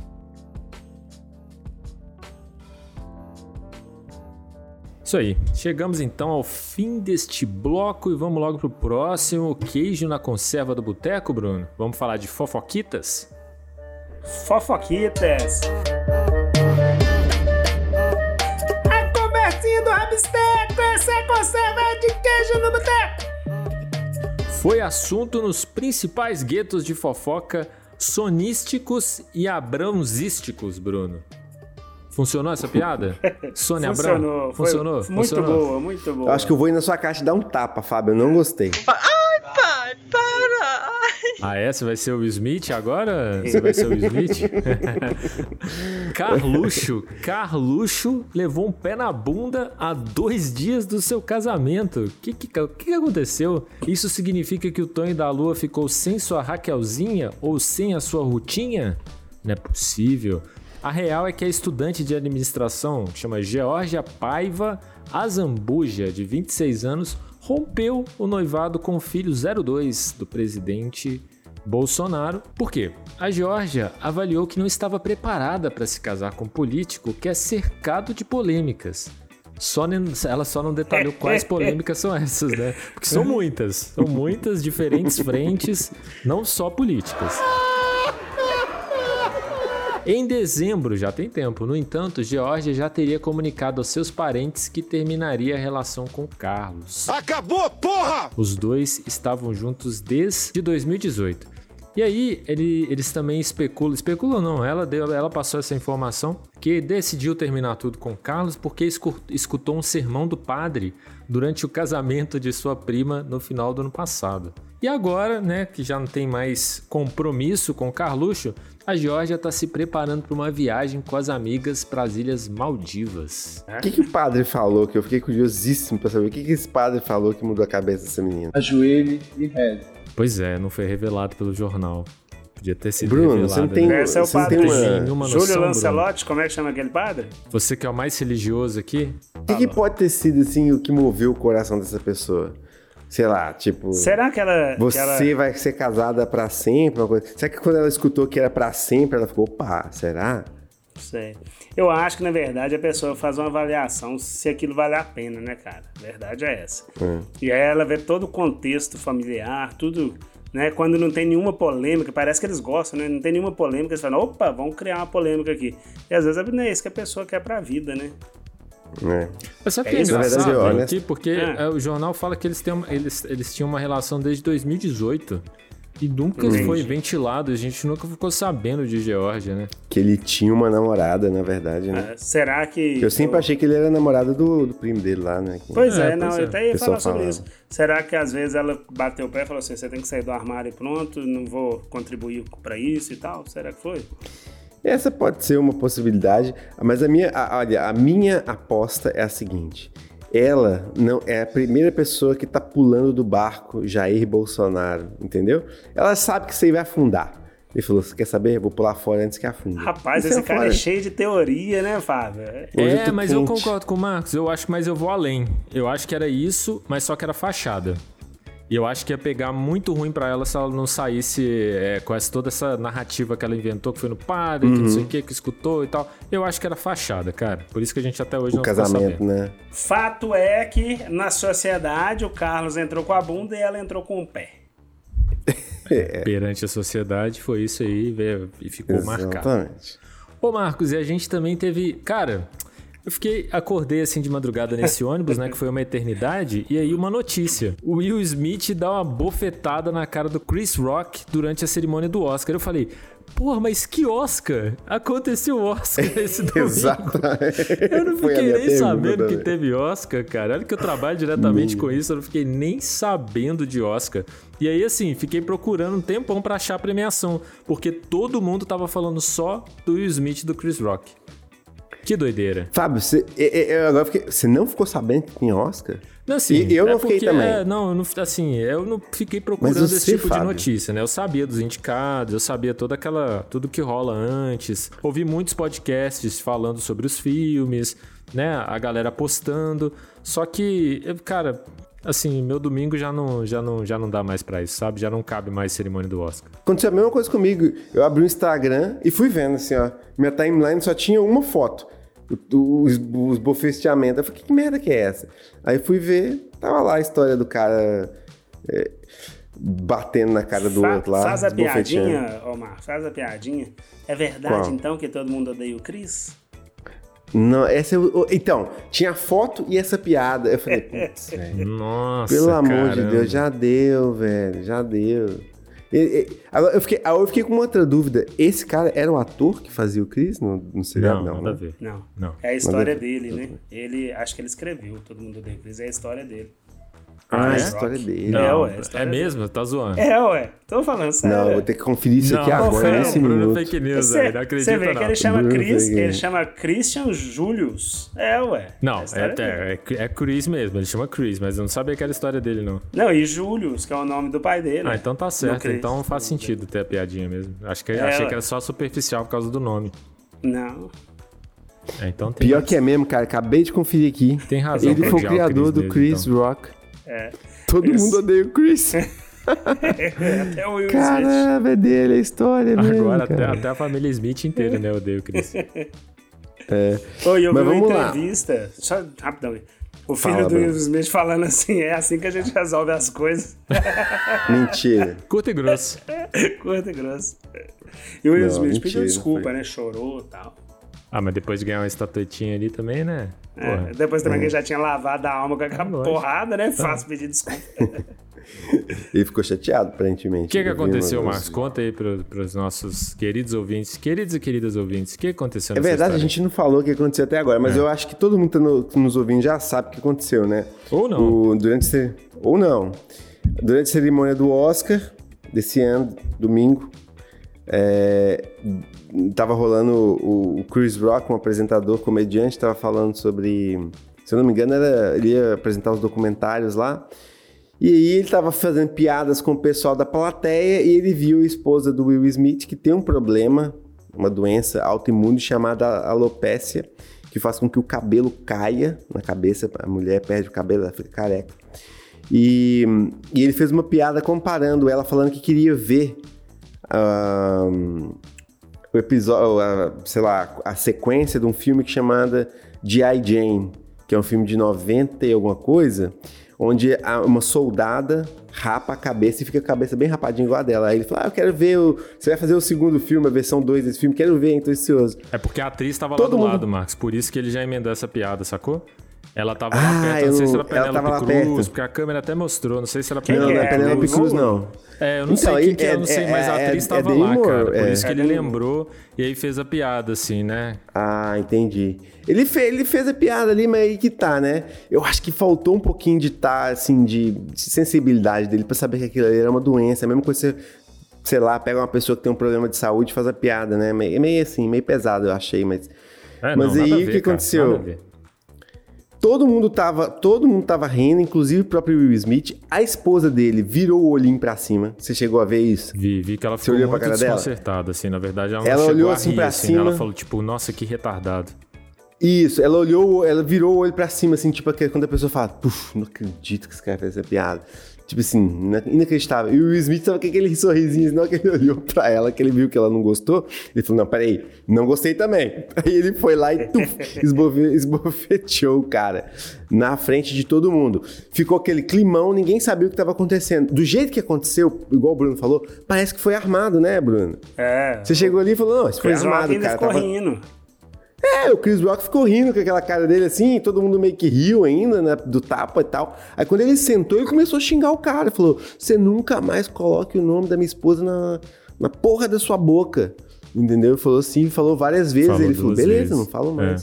S1: Isso aí. Chegamos então ao fim deste bloco e vamos logo pro próximo. Queijo na conserva do boteco, Bruno. Vamos falar de fofoquitas?
S3: Fofoquitas. A conversinha do Rabisteco, essa é conserva de queijo no boteco.
S1: Foi assunto nos principais guetos de fofoca sonísticos e abramzísticos, Bruno. Funcionou essa piada? Sônia Abrão?
S3: Funcionou.
S1: Funcionou?
S3: Foi muito
S1: Funcionou?
S3: boa, muito boa.
S2: Eu acho que eu vou ir na sua caixa e dar um tapa, Fábio. Eu não gostei.
S7: Ai, pai, para!
S1: Ah, é? Você vai ser o Will Smith agora? Você vai ser o Will Smith? Carluxo, Carluxo levou um pé na bunda há dois dias do seu casamento. O que, que, que aconteceu? Isso significa que o Tonho da Lua ficou sem sua Raquelzinha ou sem a sua Rutinha? Não é possível. A real é que a estudante de administração, chama Georgia Paiva Azambuja, de vinte e seis anos, rompeu o noivado com o filho zero dois do presidente Bolsonaro. Por quê? A Georgia avaliou que não estava preparada para se casar com um político que é cercado de polêmicas. Só nem, ela só não detalhou quais polêmicas são essas, né? Porque são muitas. São muitas diferentes frentes, não só políticas. Em dezembro, já tem tempo, no entanto, Georgia já teria comunicado aos seus parentes que terminaria a relação com Carlos.
S4: Acabou, porra!
S1: Os dois estavam juntos desde dois mil e dezoito. E aí, ele, eles também especulam, especulam não, ela, deu, ela passou essa informação, que decidiu terminar tudo com Carlos porque escutou um sermão do padre durante o casamento de sua prima no final do ano passado. E agora, né, que já não tem mais compromisso com o Carluxo, a Geórgia tá se preparando para uma viagem com as amigas para as Ilhas Maldivas.
S2: O que, que o padre falou, que eu fiquei curiosíssimo pra saber o que, que esse padre falou que mudou a cabeça dessa menina?
S8: Ajoelhe e reze.
S1: Pois é, não foi revelado pelo jornal. Podia ter sido
S2: Bruno,
S1: revelado.
S2: você não tem,
S1: né?
S3: Esse é o
S2: você não
S3: padre
S2: tem
S1: Tem
S2: uma...
S1: nenhuma
S3: Júlio
S1: noção,
S3: Lancelotti, como é que chama aquele padre?
S1: Bruno. Você que é o mais religioso aqui?
S2: O que, que pode ter sido, assim, o que moveu o coração dessa pessoa? Sei lá, tipo...
S3: Será que ela...
S2: Você
S3: que ela...
S2: vai ser casada pra sempre? Uma coisa... Será que quando ela escutou que era pra sempre, ela ficou, opa, será?
S3: Não sei. Eu acho que, na verdade, a pessoa faz uma avaliação se aquilo vale a pena, né, cara? A verdade é essa.
S2: Hum.
S3: E aí ela vê todo o contexto familiar, tudo... Né? Quando não tem nenhuma polêmica, parece que eles gostam, né? Não tem nenhuma polêmica, eles falam, opa, vamos criar uma polêmica aqui. E às vezes não é isso que a pessoa quer pra vida, né?
S2: É.
S1: Mas sabe o
S3: É
S1: que é
S3: isso, na
S1: engraçado
S2: verdade, olha-
S1: aqui? Porque
S3: É.
S1: é, o jornal fala que eles, têm uma- eles, eles tinham uma relação desde dois mil e dezoito. E nunca
S3: Entendi.
S1: foi ventilado, a gente nunca ficou sabendo de Geórgia, né?
S2: Que ele tinha uma namorada, na verdade, né?
S3: Ah, será que...
S2: Eu sempre achei que ele era namorado do, do primo dele lá, né? Que-
S3: Pois é,
S1: É,
S3: não,
S1: pois
S3: eu
S1: é.
S3: até ia
S2: O
S3: falar
S2: pessoal
S3: sobre
S2: falava.
S3: isso. Será que às vezes ela bateu o pé e falou assim, você tem que sair do armário e pronto, não vou contribuir pra isso e tal? Será que foi?
S2: Essa pode ser uma possibilidade, mas a minha, a- olha, a minha aposta é a seguinte: ela não é a primeira pessoa que tá pulando do barco Jair Bolsonaro, entendeu? Ela sabe que isso aí vai afundar. Ele falou: você quer saber? Eu vou pular fora antes que afunde.
S3: Rapaz,
S2: Isso
S3: esse cara
S2: fora.
S3: é cheio de teoria, né, Fábio? É.
S2: Hoje eu
S1: é,
S2: tô
S1: mas eu
S2: quente.
S1: concordo com o Marcos. Eu acho que mas eu vou além. Eu acho que era isso, mas só que era fachada. E eu acho que ia pegar muito ruim pra ela se ela não saísse é, com essa, toda essa narrativa que ela inventou, que foi no padre, que não
S2: Uhum.
S1: sei o que, que escutou e tal. Eu acho que era fachada, cara. Por isso que a gente até hoje
S2: O
S1: não ficou
S2: casamento,
S1: sabendo.
S2: né?
S3: Fato é que na sociedade o Carlos entrou com a bunda e ela entrou com o pé.
S1: Perante a sociedade, foi isso aí veio, e ficou marcado.
S2: Exatamente.
S1: Ô, Marcos, e a gente também teve... Cara, eu fiquei... Acordei, assim, de madrugada nesse ônibus, né? Que foi uma eternidade. E aí, uma notícia. O Will Smith dá uma bofetada na cara do Chris Rock durante a cerimônia do Oscar. Eu falei... Porra, mas que Oscar? Aconteceu o Oscar esse domingo.
S2: Exatamente.
S1: Eu não
S2: Foi a
S1: fiquei
S2: minha
S1: nem
S2: pergunta
S1: sabendo que
S2: também.
S1: teve Oscar, cara. Olha que eu trabalho diretamente com isso, eu não fiquei nem sabendo de Oscar. E aí, assim, fiquei procurando um tempão pra achar a premiação, porque todo mundo tava falando só do Will Smith e do Chris Rock. Que doideira.
S2: Fábio, você, eu, eu agora fiquei, você não ficou sabendo que tinha Oscar?
S1: Não, assim,
S2: E eu
S1: é
S2: não fiquei
S1: porque,
S2: também.
S1: é, não, eu não, assim, eu não fiquei procurando
S2: Mas
S1: esse
S2: você,
S1: tipo
S2: Fábio?
S1: de notícia, né? Eu sabia dos indicados, eu sabia toda aquela, tudo que rola antes. Ouvi muitos podcasts falando sobre os filmes, né? A galera postando. Só que, eu, cara, assim, meu domingo já não, já não, já não dá mais pra isso, sabe? Já não cabe mais cerimônia do Oscar.
S2: Aconteceu a mesma coisa comigo. Eu abri o Instagram e fui vendo assim, ó. Minha timeline só tinha uma foto. O- Os, os bofesteamentos. Eu falei, que merda que é essa? Aí fui ver, tava lá a história do cara é, batendo na cara do
S3: Fa-
S2: outro lá.
S3: Faz a
S2: esbofeteando.
S3: piadinha, Omar, faz a piadinha. É verdade,
S2: Qual?
S3: então, que todo mundo odeia o Chris?
S2: Não, essa eu, então, tinha a foto e essa piada. Eu falei, putz, velho.
S1: Nossa,
S2: Pelo amor de
S1: caramba.
S2: Deus, já deu, velho, já deu. E- e- agora, eu fiquei, agora eu fiquei com uma outra dúvida. Esse cara era o ator que fazia o Chris no, no seriado?
S1: Não,
S2: Não,
S1: nada a
S2: né?
S1: ver.
S3: Não.
S1: Não.
S3: É a história
S2: Nada a ver.
S3: dele, né? Ele, acho que ele escreveu, todo mundo odeia o Chris, é a história dele.
S2: Ah, a
S3: é?
S2: história dele.
S3: É,
S1: Não,
S3: ué, a
S1: é,
S3: história dele.
S1: mesmo? Tá zoando.
S3: É, ué, tô falando sério.
S2: Não, eu vou ter que conferir isso aqui
S1: Não,
S2: agora,
S3: confere,
S2: nesse
S1: Bruno
S2: minuto.
S1: fake news,
S3: Você
S1: velho. Não acredita,
S3: você vê
S1: não.
S3: que ele chama
S2: Bruno
S3: Chris,
S2: Fake.
S3: ele chama Christian Julius. É, ué.
S1: Não,
S3: a
S1: é,
S3: história dele.
S1: é, é Chris mesmo, ele chama Chris, mas eu não sabia que era a história dele, não.
S3: Não, e Julius, que é o nome do pai dele.
S1: Ah, então tá certo,
S3: Chris.
S1: então faz sentido ter a piadinha mesmo. Acho que,
S3: É,
S1: achei
S3: ué.
S1: que era só superficial por causa do nome.
S3: Não.
S1: É, então tem,
S2: Pior que é mesmo, cara. Acabei de conferir aqui.
S1: tem razão.
S2: Ele
S1: pra
S2: foi o
S1: odiar
S2: criador do
S1: mesmo,
S2: Chris
S1: então.
S2: Rock.
S3: É.
S2: Todo
S3: Isso.
S2: mundo odeia o Chris.
S3: Até o Will Smith.
S2: Caramba, é dele a história mesmo,
S1: Agora até,
S2: cara.
S1: até a família Smith inteira, né? Odeia o Chris.
S3: Pô, e eu
S2: Mas
S3: vi uma
S2: vamos lá.
S3: entrevista, só rapidão, o filho
S2: Fala,
S3: do
S2: Bruno.
S3: Will Smith falando assim, é assim que a gente resolve as coisas.
S2: Mentira.
S1: Curto e grosso.
S3: Curto e grosso. E o Will
S2: Não,
S3: Smith
S2: mentira,
S3: pediu
S2: não
S3: desculpa,
S2: foi.
S3: né? Chorou e tal.
S1: Ah, mas depois de ganhar uma estatuetinha ali também, né?
S3: É,
S1: Porra.
S3: depois também que ele já tinha lavado a alma com aquela
S1: lógico.
S3: porrada, né? Fácil pedir desculpa.
S2: Ele ficou chateado, aparentemente.
S1: O que, que
S2: Eu vi
S1: aconteceu,
S2: umas-
S1: Marcos? Conta aí para os nossos queridos ouvintes, queridos e queridas ouvintes. O que aconteceu
S2: É
S1: nessa
S2: verdade, a
S1: história?
S2: gente não falou o que aconteceu até agora, mas eu acho que todo mundo que tá no- que nos ouvindo já sabe o que aconteceu, né?
S1: Ou não.
S2: O- durante esse... Ou não. Durante a cerimônia do Oscar, desse ano, domingo, é, tava rolando o, o Chris Rock, um apresentador, comediante, tava falando sobre... Se eu não me engano, era, ele ia apresentar os documentários lá. E aí ele tava fazendo piadas com o pessoal da plateia e ele viu a esposa do Will Smith, que tem um problema, uma doença autoimune chamada alopécia, que faz com que o cabelo caia na cabeça, a mulher perde o cabelo, ela fica careca. E, e ele fez uma piada comparando ela, falando que queria ver uh, o episódio, uh, sei lá, a sequência de um filme chamada G I. Jane, que é um filme de noventa e alguma coisa, onde uma soldada rapa a cabeça e fica a cabeça bem rapadinha igual a dela. Aí ele fala, ah, eu quero ver, o... você vai fazer o segundo filme, a versão dois desse filme, quero ver, hein, tô ansioso.
S1: É porque a atriz tava
S2: Todo
S1: lá do
S2: mundo...
S1: lado, Marcos, por isso que ele já emendou essa piada, sacou? Ela tava lá
S2: Ah,
S1: perto, não sei se era
S2: ela tava lá
S1: Penélope Cruz,
S2: perto.
S1: porque a câmera até mostrou, não sei se era
S3: Quem
S2: Não, não é
S3: é?
S2: Penélope
S3: Demi
S2: Cruz,
S3: Moore?
S2: não.
S1: É, eu não
S2: Então,
S1: sei quem
S2: é-
S1: que é, eu não sei,
S2: é-
S1: mas a
S2: é-
S1: atriz
S2: é
S1: tava
S2: Demi
S1: lá, cara.
S2: Moore,
S1: Por
S2: é.
S1: isso que
S3: É
S1: ele
S3: Demi
S1: lembrou e aí fez a piada, assim, né?
S2: Ah, entendi. Ele, fe... ele fez a piada ali, mas aí que tá, né? Eu acho que faltou um pouquinho de tá, assim, de, de sensibilidade dele pra saber que aquilo ali era uma doença. É a mesma coisa que você, sei lá, pega uma pessoa que tem um problema de saúde e faz a piada, né? Meio, meio assim, meio pesado, eu achei, mas...
S1: É,
S2: Mas
S1: não,
S2: aí,
S1: nada a
S2: o
S1: ver,
S2: que
S1: cara,
S2: aconteceu?
S1: nada a ver.
S2: Todo mundo tava, todo mundo tava rindo, inclusive o próprio Will Smith. A esposa dele virou o olhinho pra cima. Você chegou a ver isso?
S1: Vi, vi que ela
S2: Você
S1: ficou
S2: olhou pra
S1: muito
S2: cara dela?
S1: desconcertada, assim, na verdade. Ela,
S2: Ela
S1: não chegou
S2: olhou
S1: a
S2: assim
S1: rir,
S2: pra
S1: assim,
S2: cima.
S1: Ela falou, tipo, nossa, que retardado.
S2: Isso, ela olhou, ela virou o olho pra cima, assim, tipo, quando a pessoa fala, puf, não acredito que esse cara fez essa piada. Tipo assim, inacreditável. E o Will Smith tava com aquele sorrisinho, não que ele olhou pra ela, que ele viu que ela não gostou. Ele falou, não, peraí, não gostei também. Aí ele foi lá e tuf, esbofe, esbofeteou o cara na frente de todo mundo. Ficou aquele climão, ninguém sabia o que tava acontecendo. Do jeito que aconteceu, igual o Bruno falou, parece que foi armado, né, Bruno?
S3: É.
S2: Você chegou ali e falou, não, isso foi
S3: Chris Rock
S2: armado,
S3: ainda
S2: cara.
S3: ficou
S2: Tava...
S3: rindo.
S2: É, o Chris Rock ficou rindo com aquela cara dele assim, todo mundo meio que riu ainda, né, do tapa e tal. Aí quando ele sentou, ele começou a xingar o cara, falou, você nunca mais coloque o nome da minha esposa na, na porra da sua boca, entendeu? Ele falou assim, falou várias vezes,
S1: Falou
S2: ele falou,
S1: duas
S2: beleza,
S1: vezes.
S2: não falo mais.
S1: É.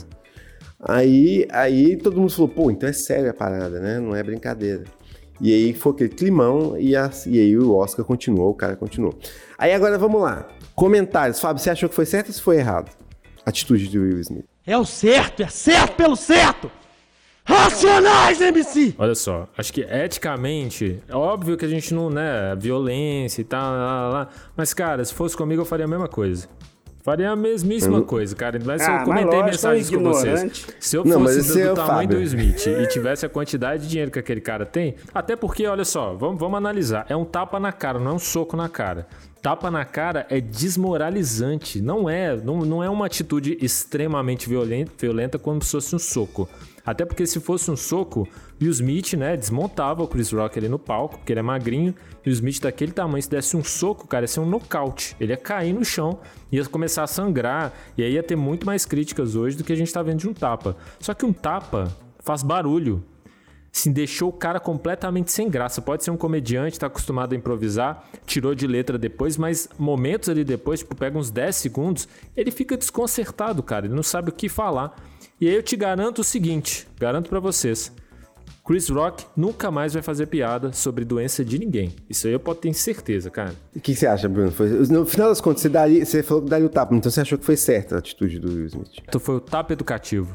S2: Aí, aí todo mundo falou, pô, então é sério a parada, né, não é brincadeira. E aí foi aquele climão e, a, e aí o Oscar continuou, o cara continuou. Aí agora vamos lá, comentários. Fábio, você achou que foi certo ou se foi errado? Atitude de Will Smith.
S8: É o certo, é certo pelo certo! Racionais, M C!
S1: Olha só, acho que eticamente, é óbvio que a gente não, né, violência e tal, lá, lá, lá, mas, cara, se fosse comigo eu faria a mesma coisa. Faria a mesmíssima coisa, cara. Mas
S3: Ah,
S1: eu
S3: mas
S1: comentei
S3: lógico,
S1: mensagens com vocês.
S3: ignorante.
S1: Se eu
S2: Não, mas
S1: fosse
S2: esse
S1: do,
S2: é
S1: do
S2: o
S1: tamanho
S2: Fábio.
S1: do Smith e tivesse a quantidade de dinheiro que aquele cara tem, até porque, olha só, vamos, vamos analisar. É um tapa na cara, não é um soco na cara. Tapa na cara é desmoralizante. Não é, não, não é uma atitude extremamente violenta, violenta como se fosse um soco. Até porque se fosse um soco, Will Smith, né, desmontava o Chris Rock ali no palco, porque ele é magrinho, e o Smith daquele tamanho, se desse um soco, cara, ia ser um nocaute. Ele ia cair no chão, ia começar a sangrar, e aí ia ter muito mais críticas hoje do que a gente tá vendo de um tapa. Só que um tapa faz barulho. Assim, deixou o cara completamente sem graça. Pode ser um comediante, tá acostumado a improvisar, tirou de letra depois, mas momentos ali depois, tipo, pega uns dez segundos, ele fica desconcertado, cara, ele não sabe o que falar. E aí eu te garanto o seguinte, garanto pra vocês, Chris Rock nunca mais vai fazer piada sobre doença de ninguém. Isso aí eu posso ter certeza, cara.
S2: O que você acha, Bruno? Foi... No final das contas, você, daria... você falou que daria o tapa, então você achou que foi certa a atitude do Will Smith?
S1: Então foi o tapa educativo.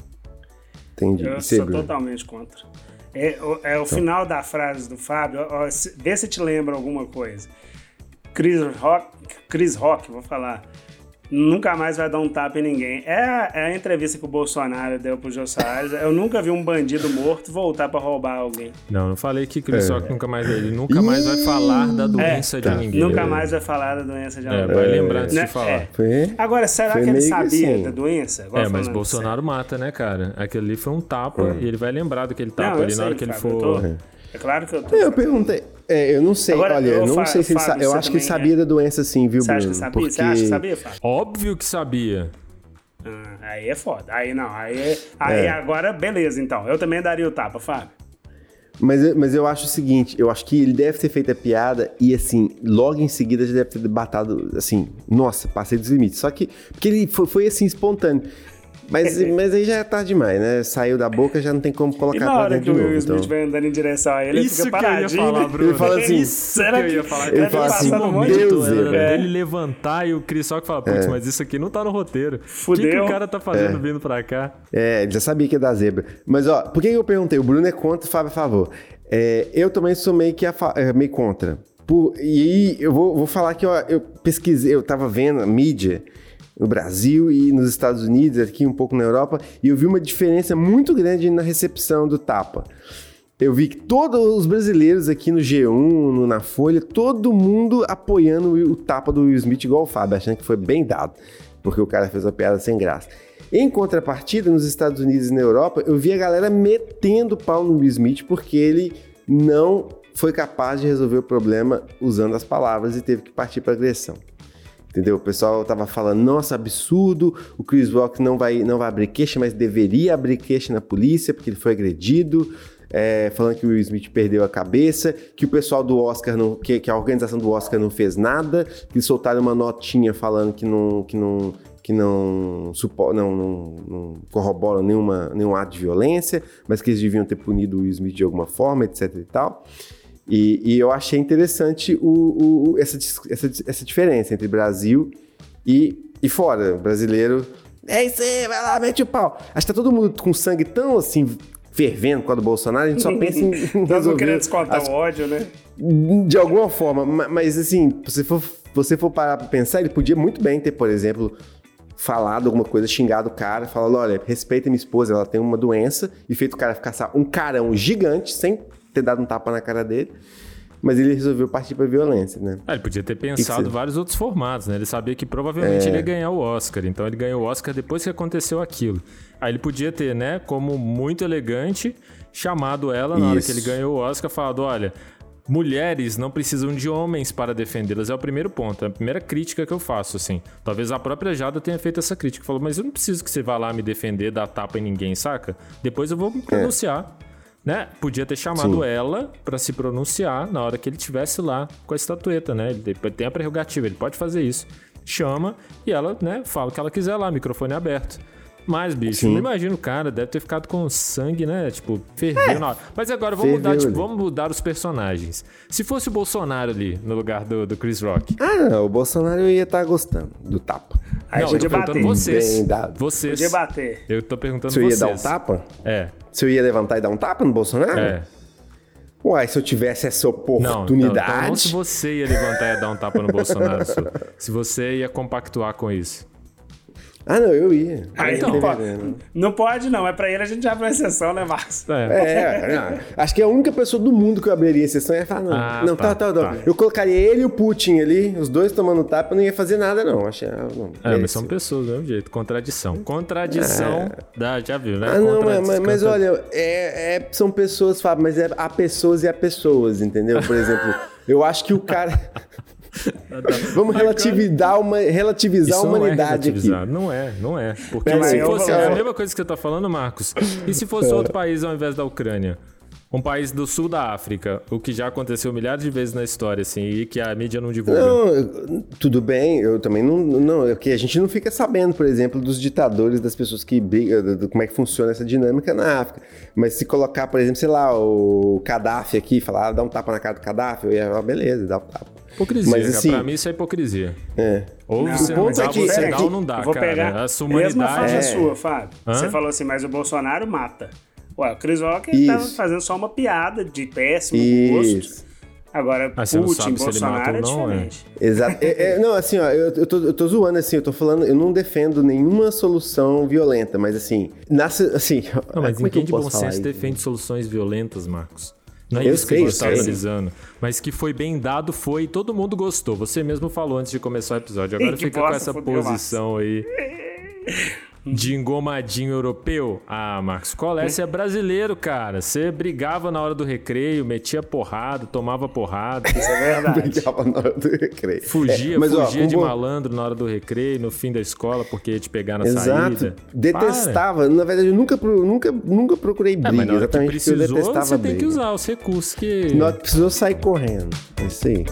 S2: Entendi.
S3: Eu
S2: E você,
S3: sou
S2: Bruno?
S3: totalmente contra. É, o- é o final da frase do Fábio, ó, se- vê se te lembra alguma coisa. Chris Rock, Chris Rock, vou falar, nunca mais vai dar um tapa em ninguém. É a, é a entrevista que o Bolsonaro deu pro Jô Soares. Eu nunca vi um bandido morto voltar pra roubar alguém.
S1: Não, não falei que Chris
S2: É.
S1: Rock nunca mais... Ele nunca mais vai falar da doença de
S2: tá.
S1: ninguém.
S3: Nunca mais vai falar da doença de
S1: É,
S3: alguém.
S1: vai lembrar antes
S3: Né?
S1: de falar.
S3: É.
S2: Foi?
S3: Agora, será
S2: Foi
S3: que ele
S2: meio que
S3: sabia
S2: assim.
S3: da doença? Agora
S1: É, mas
S3: falando
S1: Bolsonaro mata, né, cara? Aquele ali foi um tapa e ele vai lembrar daquele tapa
S3: Não, eu
S1: ali
S3: sei,
S1: na hora que ele
S3: Fábio,
S1: for...
S3: eu tô- É claro que eu tô.
S2: Eu perguntei. É, eu não sei.
S3: Agora,
S2: Olha,
S3: eu
S2: eu não
S3: fa-
S2: sei se ele
S3: Fábio,
S2: sa... Eu
S3: você
S2: acho que ele
S3: também
S2: sabia
S3: é.
S2: da doença sim, viu,
S3: Você
S2: Bruno?
S3: acha que sabia?
S2: Porque...
S3: Você acha que sabia, Fábio?
S1: Óbvio que sabia.
S3: Ah, aí é foda. Aí não. Aí, é- aí
S2: É.
S3: agora, beleza, então. Eu também daria o tapa, Fábio.
S2: Mas, eu- mas eu acho o seguinte, eu acho que ele deve ter feito a piada e, assim, logo em seguida já deve ter batado, assim, nossa, passei dos limites. Só que, porque ele foi, foi assim, espontâneo. Mas, mas aí já é tarde demais, né? Saiu da boca, já não tem como colocar
S3: E na
S2: pra
S3: hora
S2: dentro
S3: que
S2: de
S3: o
S2: novo.
S3: Will Smith
S2: Então.
S3: vai andando em direção a ele, ele
S1: Isso
S3: fica
S1: que eu ia
S3: paradinho.
S1: falar,
S3: né?
S1: Bruno.
S2: Ele fala assim,
S1: Isso
S3: será
S1: que eu ia
S3: que-
S1: falar.
S2: ele
S1: Ele
S2: fala
S1: fala
S2: assim,
S1: assim,
S2: momento,
S1: Deus,
S2: Zebra.
S1: é. Ele levantar e o Chris Rock fala, putz, mas isso aqui não tá no roteiro. O que,
S3: Fudeu.
S1: que o cara tá fazendo vindo pra cá?
S2: É, ele já sabia que ia dar zebra. Mas, ó, por que eu perguntei? O Bruno é contra, o Fábio é a favor. É, eu também sou meio que a fa- é, meio contra. Por, e aí, eu vou, vou falar que ó, eu pesquisei, eu tava vendo a mídia no Brasil e nos Estados Unidos, aqui um pouco na Europa, e eu vi uma diferença muito grande na recepção do tapa. Eu vi que todos os brasileiros aqui no G um, no, na Folha, todo mundo apoiando o, o tapa do Will Smith igual o Fábio, achando que foi bem dado, porque o cara fez uma piada sem graça. Em contrapartida, nos Estados Unidos e na Europa, eu vi a galera metendo pau no Will Smith porque ele não foi capaz de resolver o problema usando as palavras e teve que partir para agressão. Entendeu? O pessoal tava falando, nossa, absurdo, o Chris Rock não vai, não vai abrir queixa, mas deveria abrir queixa na polícia porque ele foi agredido, é, falando que o Will Smith perdeu a cabeça, que o pessoal do Oscar, não, que, que a organização do Oscar não fez nada, que eles soltaram uma notinha falando que não, que não, que não, supo, não, não, não corroboram nenhuma, nenhum ato de violência, mas que eles deviam ter punido o Will Smith de alguma forma, etc e tal. E, e eu achei interessante o, o, essa, essa, essa diferença entre Brasil e, e fora. O brasileiro, é isso aí, vai lá, mete o pau. Acho que tá todo mundo com sangue tão assim, fervendo por causa do Bolsonaro, a gente só pensa em, em
S3: Nós não
S2: resolver
S3: queremos descontar
S2: as-
S3: o ódio, né?
S2: de alguma forma. Ma- Mas assim, se você for, você for parar pra pensar, ele podia muito bem ter, por exemplo, falado alguma coisa, xingado o cara, falado, olha, respeita minha esposa, ela tem uma doença, e feito o cara ficar sa- um carão gigante, sem ter dado um tapa na cara dele, mas ele resolveu partir pra violência, né?
S1: Ah, ele podia ter
S2: Que que
S1: pensado
S2: você-
S1: vários outros formatos, né? Ele sabia que provavelmente ele ia ganhar o Oscar. Então ele ganhou o Oscar depois que aconteceu aquilo. Aí ele podia ter, né, como muito elegante, chamado ela na hora que
S2: Isso.
S1: ele ganhou o Oscar, falado, olha, mulheres não precisam de homens para defendê-las. É o primeiro ponto, é a primeira crítica que eu faço, assim. Talvez a própria Jada tenha feito essa crítica. Falou, mas eu não preciso que você vá lá me defender, dar tapa em ninguém, saca? Depois eu vou me pronunciar. Né? Podia ter chamado
S2: Sim.
S1: ela pra se pronunciar na hora que ele estivesse lá com a estatueta, né? Ele tem a prerrogativa, ele pode fazer isso. Chama e ela, né, fala o que ela quiser lá, microfone aberto. Mas, bicho,
S2: Sim.
S1: não imagino o cara, deve ter ficado com sangue, né? Tipo, ferveu na hora. Mas agora vamos
S2: ferveu
S1: mudar, tipo,
S2: ali.
S1: vamos mudar os personagens. Se fosse o Bolsonaro ali, no lugar do, do Chris Rock.
S2: Ah, não, o Bolsonaro ia estar gostando do tapa.
S3: Aí
S1: não, eu tô
S3: podia
S1: perguntando
S3: bater.
S1: vocês.
S2: Bem dado.
S1: Vocês.
S3: Podia bater.
S1: Eu tô perguntando
S2: Se eu ia
S1: vocês.
S2: dar um tapa?
S1: É.
S2: Se eu ia levantar e dar um tapa no Bolsonaro?
S1: É.
S2: Uai, se eu tivesse essa
S1: Não,
S2: oportunidade...
S1: Não, então não se você ia levantar e ia dar um tapa no Bolsonaro, Su. Se você ia compactuar com isso.
S2: Ah, não, eu ia.
S3: Ah,
S2: Eu
S3: então
S2: ia
S3: pode.
S2: ter, né?
S3: Não pode, não. É pra ele a gente abre uma exceção, né, Marcos?
S1: É.
S2: É, não. Acho que a única pessoa do mundo que eu abriria exceção ia falar, não,
S1: Ah,
S2: não,
S1: tá,
S2: tá, tá, tá.
S1: tá.
S2: Eu colocaria ele e o Putin ali, os dois tomando tapa, eu não ia fazer nada, não. Achei, ah, não,
S1: É, mas
S2: merecia.
S1: são pessoas do mesmo jeito. Contradição. Contradição da. Já viu, né?
S2: Ah, não,
S1: Contra-
S2: mas, mas, mas
S1: contra-
S2: olha, é, é- são pessoas, Fábio, mas é, há pessoas e há pessoas, entendeu? Por exemplo, eu acho que o cara... Vamos relativizar, uma, relativizar a
S1: Isso não é
S2: humanidade aqui.
S1: relativizar. Não é, não é. Porque
S2: Não,
S1: se
S2: eu
S1: fosse
S2: vou-
S1: é a mesma coisa que você tá falando, Marcos. E se fosse outro país ao invés da Ucrânia? Um país do sul da África, o que já aconteceu milhares de vezes na história, assim, e que a mídia não divulga.
S2: Não, eu- tudo bem, eu também não. Não, é que a gente não fica sabendo, por exemplo, dos ditadores, das pessoas que brigam, do- do- como é que funciona essa dinâmica na África. Mas se colocar, por exemplo, sei lá, o Gaddafi aqui, falar, ah, dá um tapa na cara do Gaddafi, eu ia falar, beleza, dá um tapa.
S1: Hipocrisia,
S2: Mas,
S1: cara.
S2: assim-
S1: Pra mim isso é hipocrisia.
S2: É.
S1: Ou
S3: Não,
S1: você
S3: o
S1: não
S3: ponto
S1: dá,
S3: é que-
S1: você
S3: é
S1: dá
S3: que
S1: ou não dá,
S3: eu vou
S1: cara.
S3: pegar
S1: A sua
S3: mesma
S1: humanidade...
S3: faixa
S2: É.
S3: sua, Fábio.
S1: Hã?
S3: Você falou assim, mas o Bolsonaro mata. Ué, o Chris Rock
S2: Isso.
S3: tava fazendo só uma piada de péssimo gosto.
S2: Isso.
S3: Agora,
S1: Ah, você não
S3: Putin,
S1: sabe se ele mata
S3: Bolsonaro é
S1: ou não, é.
S3: diferente.
S2: Exato. É, é, não, assim, ó, eu, eu, tô, eu tô zoando, assim, eu tô falando, eu não defendo nenhuma solução violenta, mas assim, nasce, assim...
S1: Não, mas
S2: como é que
S1: ninguém
S2: eu
S1: de
S2: posso
S1: bom
S2: falar
S1: senso
S2: isso?
S1: defende soluções violentas, Marcos. Não é
S2: Eu
S1: isso
S2: sei,
S1: que
S2: eu
S1: você está
S2: sei.
S1: analisando. Mas que foi bem dado, foi e todo mundo gostou. Você mesmo falou antes de começar o episódio. Agora
S3: Ih, que
S1: fica com
S3: bosta,
S1: essa
S3: fudeu,
S1: posição aí de engomadinho europeu. Ah, Marcos, qual é? Você é brasileiro, cara. Você brigava na hora do recreio, metia porrada, tomava porrada.
S3: Isso é verdade.
S2: Brigava na hora do recreio.
S1: Fugia,
S2: É, mas, ó,
S1: fugia
S2: com
S1: de
S2: bo-
S1: malandro na hora do recreio, no fim da escola, porque ia te pegar na
S2: Exato.
S1: saída.
S2: Detestava. Na verdade, eu nunca, pro- nunca, nunca procurei
S1: Para. É,
S2: briga,
S1: mas na hora que
S2: exatamente porque eu
S1: precisou,
S2: detestava
S1: você tem
S2: briga.
S1: que usar os recursos que...
S2: Na hora que precisou sair correndo. É isso aí.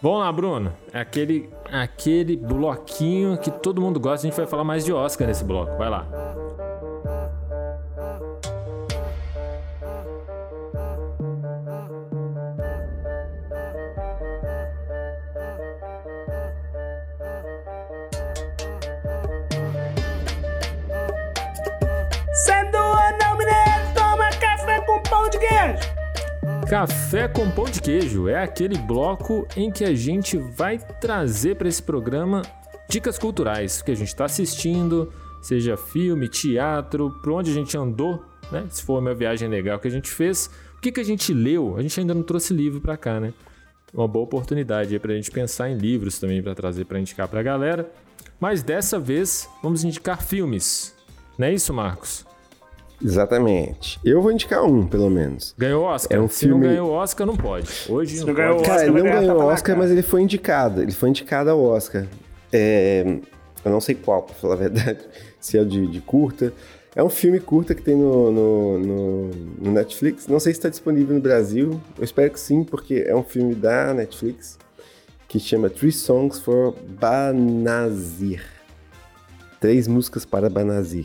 S1: Vamos lá, Bruno. É aquele, aquele bloquinho que todo mundo gosta. A gente vai falar mais de Oscar nesse bloco. Vai lá.
S3: Sendo anão mineiro, toma café com pão de queijo.
S1: Café com pão de queijo é aquele bloco em que a gente vai trazer para esse programa dicas culturais que a gente está assistindo, seja filme, teatro, por onde a gente andou, né? Se for uma viagem legal que a gente fez, o que, que a gente leu? A gente ainda não trouxe livro para cá, né? Uma boa oportunidade aí para a gente pensar em livros também para trazer para indicar para a galera. Mas dessa vez vamos indicar filmes, não é isso, Marcos?
S2: Exatamente. Eu vou indicar um, pelo menos.
S1: Ganhou Oscar?
S2: É um
S1: Se
S2: filme...
S1: não ganhou Oscar, não pode. Hoje
S3: Se
S1: não,
S3: não ganhou
S1: pode.
S3: Oscar,
S2: Cara, ele
S3: vai
S2: não
S3: ganhar
S2: ganhou
S3: tapa na
S2: Oscar,
S3: cara.
S2: mas ele foi indicado. Ele foi indicado ao Oscar. É... Eu não sei qual, pra falar a verdade. Se é o de, de curta. É um filme curta que tem no, no, no, no Netflix. Não sei se está disponível no Brasil. Eu espero que sim, porque é um filme da Netflix que chama Three Songs for Banazir. Três músicas para Banazir.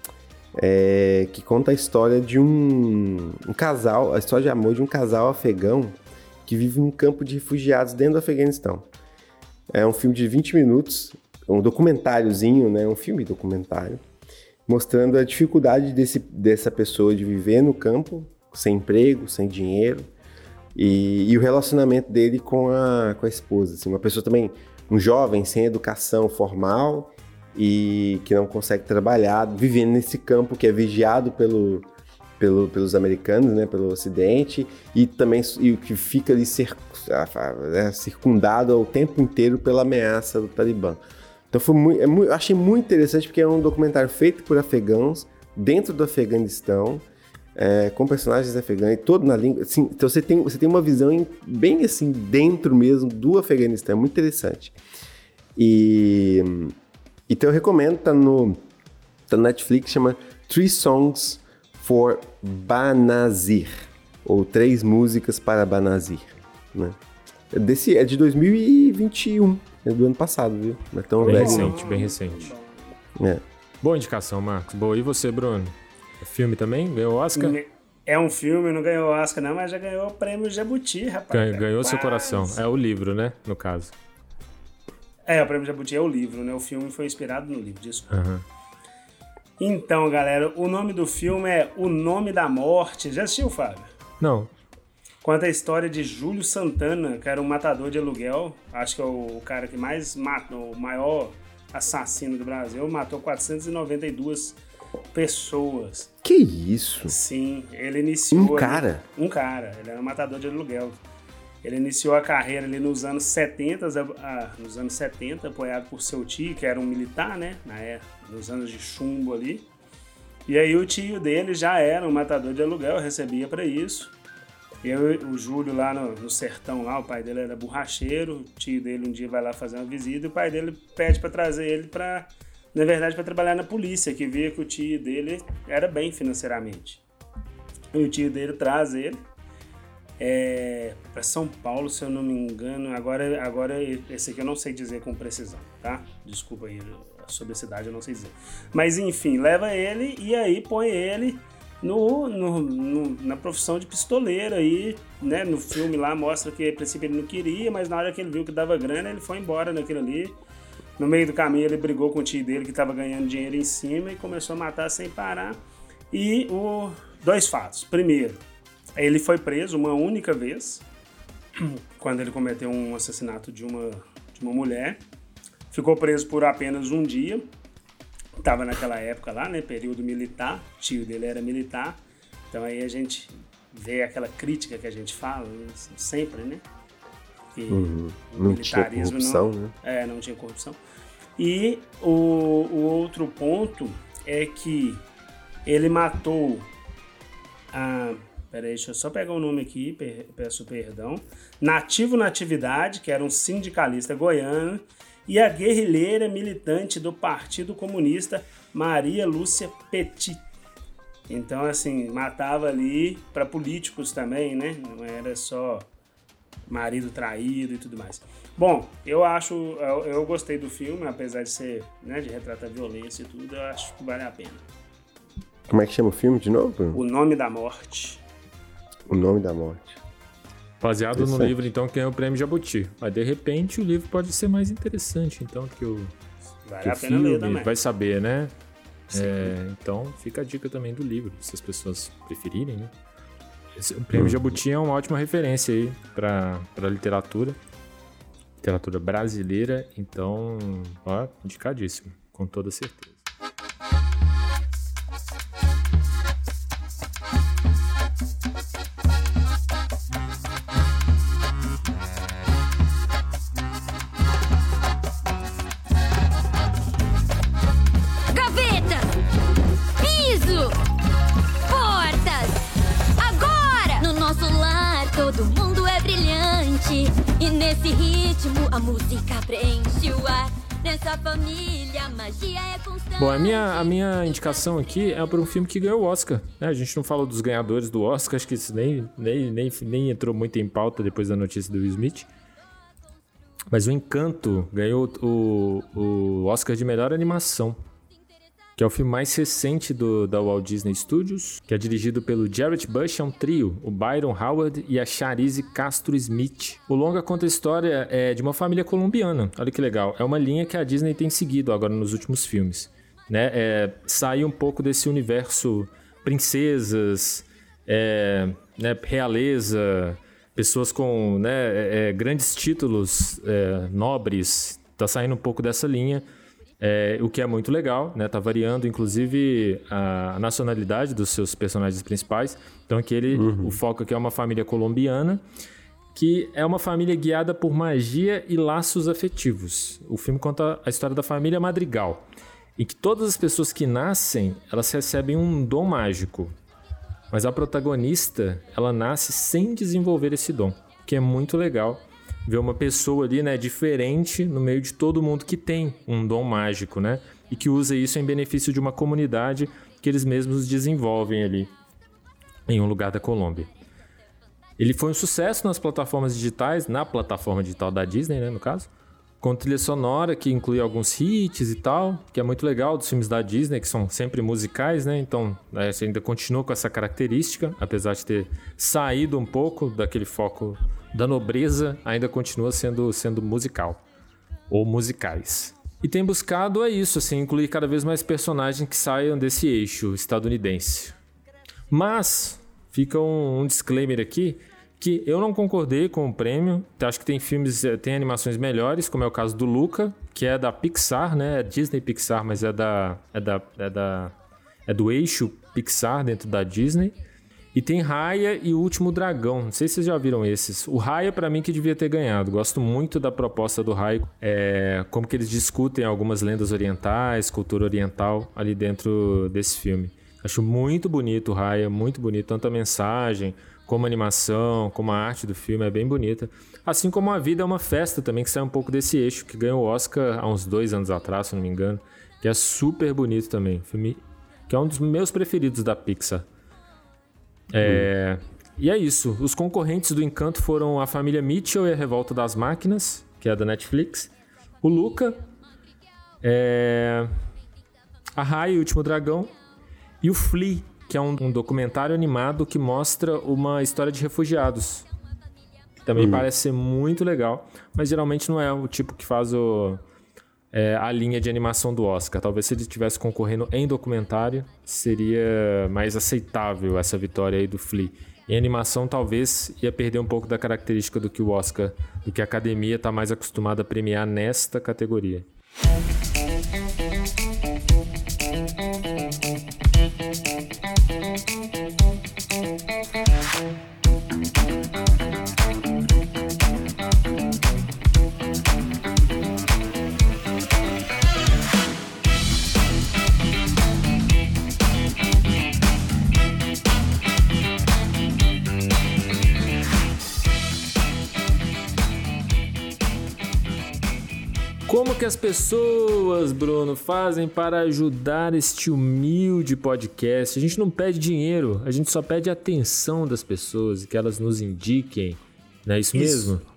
S2: É, que conta a história de um, um casal, a história de amor de um casal afegão que vive num campo de refugiados dentro do Afeganistão. É um filme de vinte minutos, um documentáriozinho, né, um filme documentário, mostrando a dificuldade desse, dessa pessoa de viver no campo, sem emprego, sem dinheiro, e, e o relacionamento dele com a, com a esposa. Assim, uma pessoa também, um jovem sem educação formal, e que não consegue trabalhar, vivendo nesse campo que é vigiado pelo, pelo, pelos americanos, né, pelo Ocidente, e também e que fica ali cer, é, circundado o tempo inteiro pela ameaça do Talibã. Então foi muito, é muito, achei muito interessante porque é um documentário feito por afegãos, dentro do Afeganistão, é, com personagens afegãos, todo na língua. Assim, então você tem, você tem uma visão em, bem assim, dentro mesmo do Afeganistão, é muito interessante. E... Então eu recomendo, tá no, tá no Netflix, chama Three Songs for Banazir, ou Três Músicas para Banazir, né? Desse, é de dois mil e vinte e um, é do ano passado, viu? Não é tão
S1: Bem
S2: velho.
S1: recente, bem recente.
S2: É.
S1: Boa indicação, Marcos. Boa. E você, Bruno? É filme também? Ganhou Oscar?
S3: É um filme, não ganhou Oscar não, mas já ganhou o prêmio Jabuti, rapaz.
S1: Ganhou, ganhou seu
S3: Quase.
S1: coração. É o livro, né? No caso.
S3: É, o prêmio Jabuti é o livro, né? O filme foi inspirado no livro, desculpa.
S1: Uhum.
S3: Então, galera, o nome do filme é O Nome da Morte. Já assistiu, Fábio?
S1: Não.
S3: Conta a história de Júlio Santana, que era um matador de aluguel. Acho que é o cara que mais matou, o maior assassino do Brasil. Matou quatrocentas e noventa e duas pessoas.
S2: Que isso?
S3: Sim, ele iniciou...
S2: Um cara?
S3: Um cara, ele era um matador de aluguel. Ele iniciou a carreira ali nos anos setenta, ah, nos anos setenta, apoiado por seu tio, que era um militar, né? Na época, nos anos de chumbo ali. E aí o tio dele já era um matador de aluguel, recebia para isso. E eu, o Júlio lá no, no sertão, lá, o pai dele era borracheiro, o tio dele um dia vai lá fazer uma visita e o pai dele pede para trazer ele para, na verdade, para trabalhar na polícia, que via que o tio dele era bem financeiramente. E o tio dele traz ele é, para São Paulo, se eu não me engano. Agora, agora esse aqui eu não sei dizer com precisão, tá? Desculpa aí, sobre a cidade eu não sei dizer. Mas enfim, leva ele e aí põe ele no, no, no, na profissão de pistoleiro aí, né? No filme lá mostra que a princípio ele não queria, mas na hora que ele viu que dava grana, ele foi embora naquilo ali. No meio do caminho ele brigou com o tio dele que estava ganhando dinheiro em cima e começou a matar sem parar. E o, dois fatos. Primeiro, ele foi preso uma única vez, quando ele cometeu um assassinato de uma, de uma mulher. Ficou preso por apenas um dia. Estava naquela época lá, né? Período militar. O tio dele era militar. Então aí a gente vê aquela crítica que a gente fala, sempre, né? Que
S2: uhum. Não tinha corrupção,
S3: não,
S2: né?
S3: É, não tinha corrupção. E o, o outro ponto é que ele matou a... Peraí, deixa eu só pegar o nome aqui, peço perdão. Nativo Natividade, que era um sindicalista goiano, e a guerrilheira militante do Partido Comunista, Maria Lúcia Petit. Então, assim, matava ali para políticos também, né? Não era só marido traído e tudo mais. Bom, eu acho, eu, eu gostei do filme, apesar de ser, né, de retratar violência e tudo, eu acho que vale a pena.
S2: Como é que chama o filme de novo?
S3: O Nome da Morte.
S2: O Nome da Morte.
S1: Baseado no livro, então, que ganhou o prêmio Jabuti. Mas, de repente, o livro pode ser mais interessante, então, que o,
S3: vale
S1: que
S3: a
S1: o
S3: pena
S1: filme.
S3: ler também.
S1: Vai saber, né? É, então, fica a dica também do livro, se as pessoas preferirem, né? Esse, o prêmio hum. Jabuti é uma ótima referência aí para a literatura. Literatura brasileira, então, ó, indicadíssimo, com toda certeza.
S9: Gavetas! Piso! Portas! Agora! No nosso lar todo mundo é brilhante. E nesse ritmo a música preenche o ar. Nessa família a magia é constante.
S1: Bom, a minha, a minha indicação aqui é para um filme que ganhou o Oscar, né? A gente não falou dos ganhadores do Oscar, acho que isso nem, nem, nem, nem entrou muito em pauta depois da notícia do Will Smith. Mas o Encanto ganhou o, o Oscar de melhor animação, que é o filme mais recente do, da Walt Disney Studios, que é dirigido pelo Jared Bush, é um trio, o Byron Howard e a Charize Castro Smith. O longa conta a história é, de uma família colombiana, olha que legal, é uma linha que a Disney tem seguido agora nos últimos filmes, né? É, sair um pouco desse universo princesas, é, né, realeza, pessoas com, né, é, é, grandes títulos é, nobres, tá saindo um pouco dessa linha. É, o que é muito legal, né? Tá variando, inclusive, a, a nacionalidade dos seus personagens principais. Então, aqui ele, uhum. o foco aqui é uma família colombiana, que é uma família guiada por magia e laços afetivos. O filme conta a história da família Madrigal, em que todas as pessoas que nascem, elas recebem um dom mágico. Mas a protagonista, ela nasce sem desenvolver esse dom, que é muito legal. Ver uma pessoa ali, né, diferente no meio de todo mundo que tem um dom mágico, né? E que usa isso em benefício de uma comunidade que eles mesmos desenvolvem ali em um lugar da Colômbia. Ele foi um sucesso nas plataformas digitais, na plataforma digital da Disney, né, no caso, com trilha sonora que inclui alguns hits e tal, que é muito legal dos filmes da Disney, que são sempre musicais, né? Então, né, você ainda continua com essa característica, apesar de ter saído um pouco daquele foco da nobreza, ainda continua sendo, sendo musical, ou musicais. E tem buscado é isso, assim, incluir cada vez mais personagens que saiam desse eixo estadunidense. Mas, fica um, um disclaimer aqui, que eu não concordei com o prêmio, acho que tem filmes, tem animações melhores, como é o caso do Luca, que é da Pixar, né, é Disney Pixar, mas é da, é da, é da, é do eixo Pixar dentro da Disney. E tem Raya e O Último Dragão. Não sei se vocês já viram esses. O Raya, pra mim, que devia ter ganhado. Gosto muito da proposta do Raya. É, como que eles discutem algumas lendas orientais, cultura oriental ali dentro desse filme. Acho muito bonito o Raya, muito bonito. Tanto a mensagem, como a animação, como a arte do filme. É bem bonita. Assim como A Vida é uma Festa também, que sai um pouco desse eixo. Que ganhou o Oscar há uns dois anos atrás, se não me engano. Que é super bonito também. Filme que é um dos meus preferidos da Pixar. É, hum. E é isso. Os concorrentes do Encanto foram a família Mitchell e a Revolta das Máquinas, que é da Netflix, o Luca, é, a Raya e o Último Dragão e o Flea, que é um, um documentário animado que mostra uma história de refugiados. Que também hum. parece ser muito legal, mas geralmente não é o tipo que faz o... É, a linha de animação do Oscar. Talvez se ele estivesse concorrendo em documentário, seria mais aceitável essa vitória aí do Flea. Em animação, talvez ia perder um pouco da característica do que o Oscar, do que a academia está mais acostumada a premiar nesta categoria. Como que as pessoas, Bruno, fazem para ajudar este humilde podcast? A gente não pede dinheiro, a gente só pede a atenção das pessoas e que elas nos indiquem. Não é isso, isso. mesmo?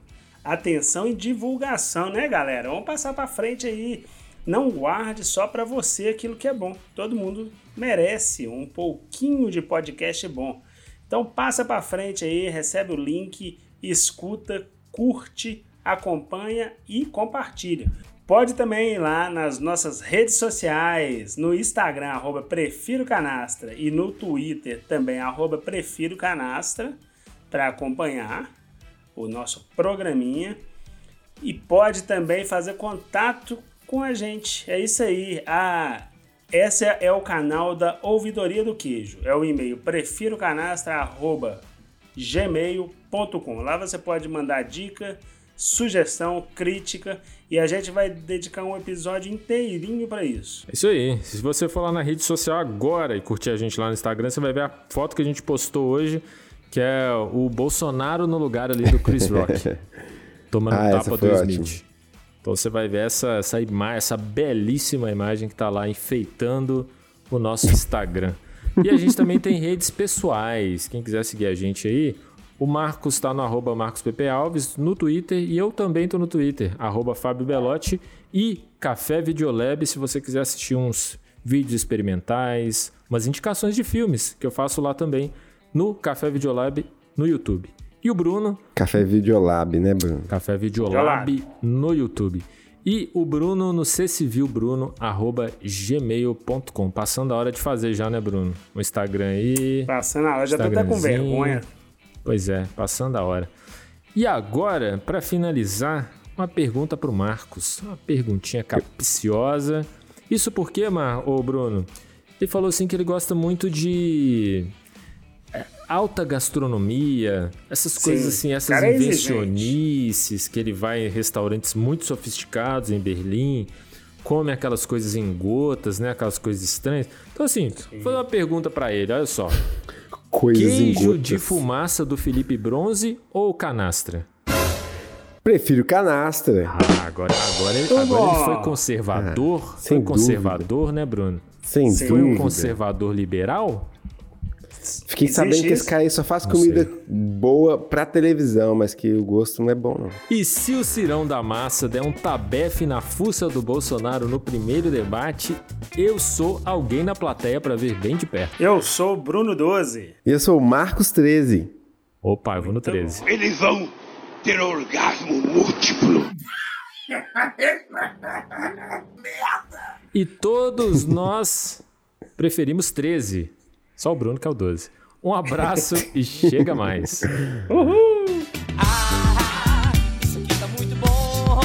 S3: atenção e divulgação, né, galera? Vamos passar para frente aí. Não guarde só para você aquilo que é bom. Todo mundo merece um pouquinho de podcast bom. Então passa para frente aí, recebe o link, escuta, curte, acompanha e compartilha. Pode também ir lá nas nossas redes sociais, no Instagram, arroba Prefiro Canastra, e no Twitter também, arroba Prefiro Canastra, para acompanhar o nosso programinha. E pode também fazer contato com a gente. É isso aí. Ah, esse é o canal da Ouvidoria do Queijo. É o e-mail prefirocanastra arroba gmail ponto com. Lá você pode mandar dica, sugestão, crítica, e a gente vai dedicar um episódio inteirinho para isso.
S1: Isso aí. Se você for lá na rede social agora e curtir a gente lá no Instagram, você vai ver a foto que a gente postou hoje, que é o Bolsonaro no lugar ali do Chris Rock, tomando ah, tapa do Smith. Ótimo. Então você vai ver essa, essa imagem, essa belíssima imagem que tá lá enfeitando o nosso Instagram. E a gente também tem redes pessoais. Quem quiser seguir a gente aí, o Marcos tá no arroba Marcos P P Alves no Twitter, e eu também tô no Twitter, arroba Fábio Belotti, e Café Videolab, se você quiser assistir uns vídeos experimentais, umas indicações de filmes que eu faço lá também no Café Videolab no YouTube. E o Bruno...
S2: Café Videolab, né, Bruno?
S1: Café Videolab no YouTube. E o Bruno no ccivilbruno arroba gmail ponto com. Passando a hora de fazer já, né, Bruno? O Instagram aí...
S3: Passando a hora, já tô até com vergonha.
S1: Pois é, passando a hora. E agora, para finalizar, uma pergunta pro Marcos. Uma perguntinha capciosa. Isso porque, Mar... ô Bruno, ele falou assim que ele gosta muito de... alta gastronomia, essas coisas Sim, assim, essas invencionices, que ele vai em restaurantes muito sofisticados em Berlim, come aquelas coisas em gotas, né, aquelas coisas estranhas. Então assim, Sim. vou fazer uma pergunta pra ele, olha só.
S2: Coisas
S1: Queijo de fumaça do Felipe Bronze ou canastra?
S2: Prefiro canastra.
S1: Ah, agora, agora, ele, agora ele foi conservador, ah, foi conservador, né, Bruno?
S2: Sem
S1: foi
S2: dúvida.
S1: um conservador liberal?
S2: Fiquei
S3: Existe
S2: sabendo que
S3: isso?
S2: esse cara aí só faz não comida sei. boa pra televisão, mas que o gosto não é bom, não.
S1: E se o Cirão da Massa der um tabefe na fuça do Bolsonaro no primeiro debate, eu sou alguém na plateia pra ver bem de perto.
S3: Eu sou o Bruno doze.
S2: E eu sou o Marcos treze.
S1: Opa, eu vou no treze.
S10: Eles vão ter orgasmo múltiplo.
S1: E todos nós preferimos treze. Só o Bruno que é o doze. Um abraço e chega mais.
S3: Uhul!
S5: Ah, isso aqui tá muito bom.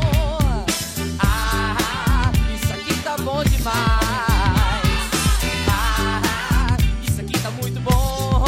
S5: Ah, isso aqui tá bom demais. Ah, isso aqui tá muito bom.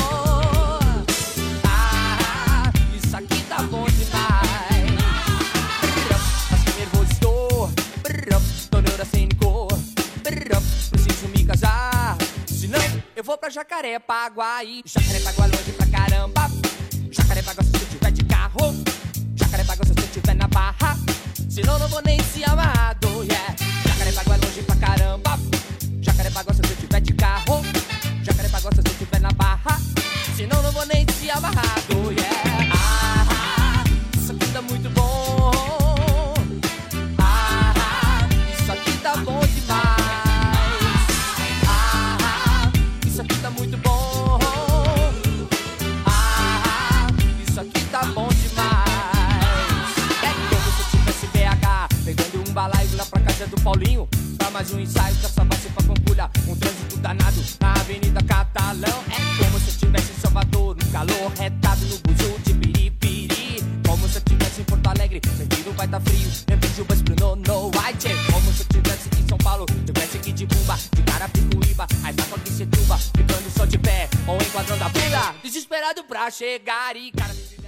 S5: Ah, isso aqui tá bom demais. Mas que nervoso estou. Tô neuracênico. Preciso me casar. Senão eu vou pra Jacarepaguá, Jacarepaguá longe pra caramba. Jacarepaguá se eu tiver de carro. Jacarepaguá se eu tiver na barra. Senão não vou nem se amarrado, yeah. Jacarepaguá longe pra caramba. Jacarepaguá se eu tiver de carro. Jacarepaguá se eu tiver na barra. Senão não vou nem se amarrado, yeah. Ah, isso aqui tá muito bom. Ah, isso aqui tá bom demais. Muito bom. Ah, isso aqui tá bom demais. É como se eu tivesse B H, pegando um balaio lá pra casa do Paulinho, pra mais um ensaio que essa base pra Pampulha. Um trânsito danado na Avenida Catalão. É como se eu tivesse em Salvador, um calor retado no buzu de piripiri. Como se eu tivesse em Porto Alegre, sentindo vai tá frio, lembrei de Ubas pro Nono White. Como se eu tivesse em São Paulo, tivesse aqui de Bumba, de Carapicuíba, aí tá com aqui Setuba, ficando só de pé, ou enquadrando a bunda, desesperado pra chegar e cara...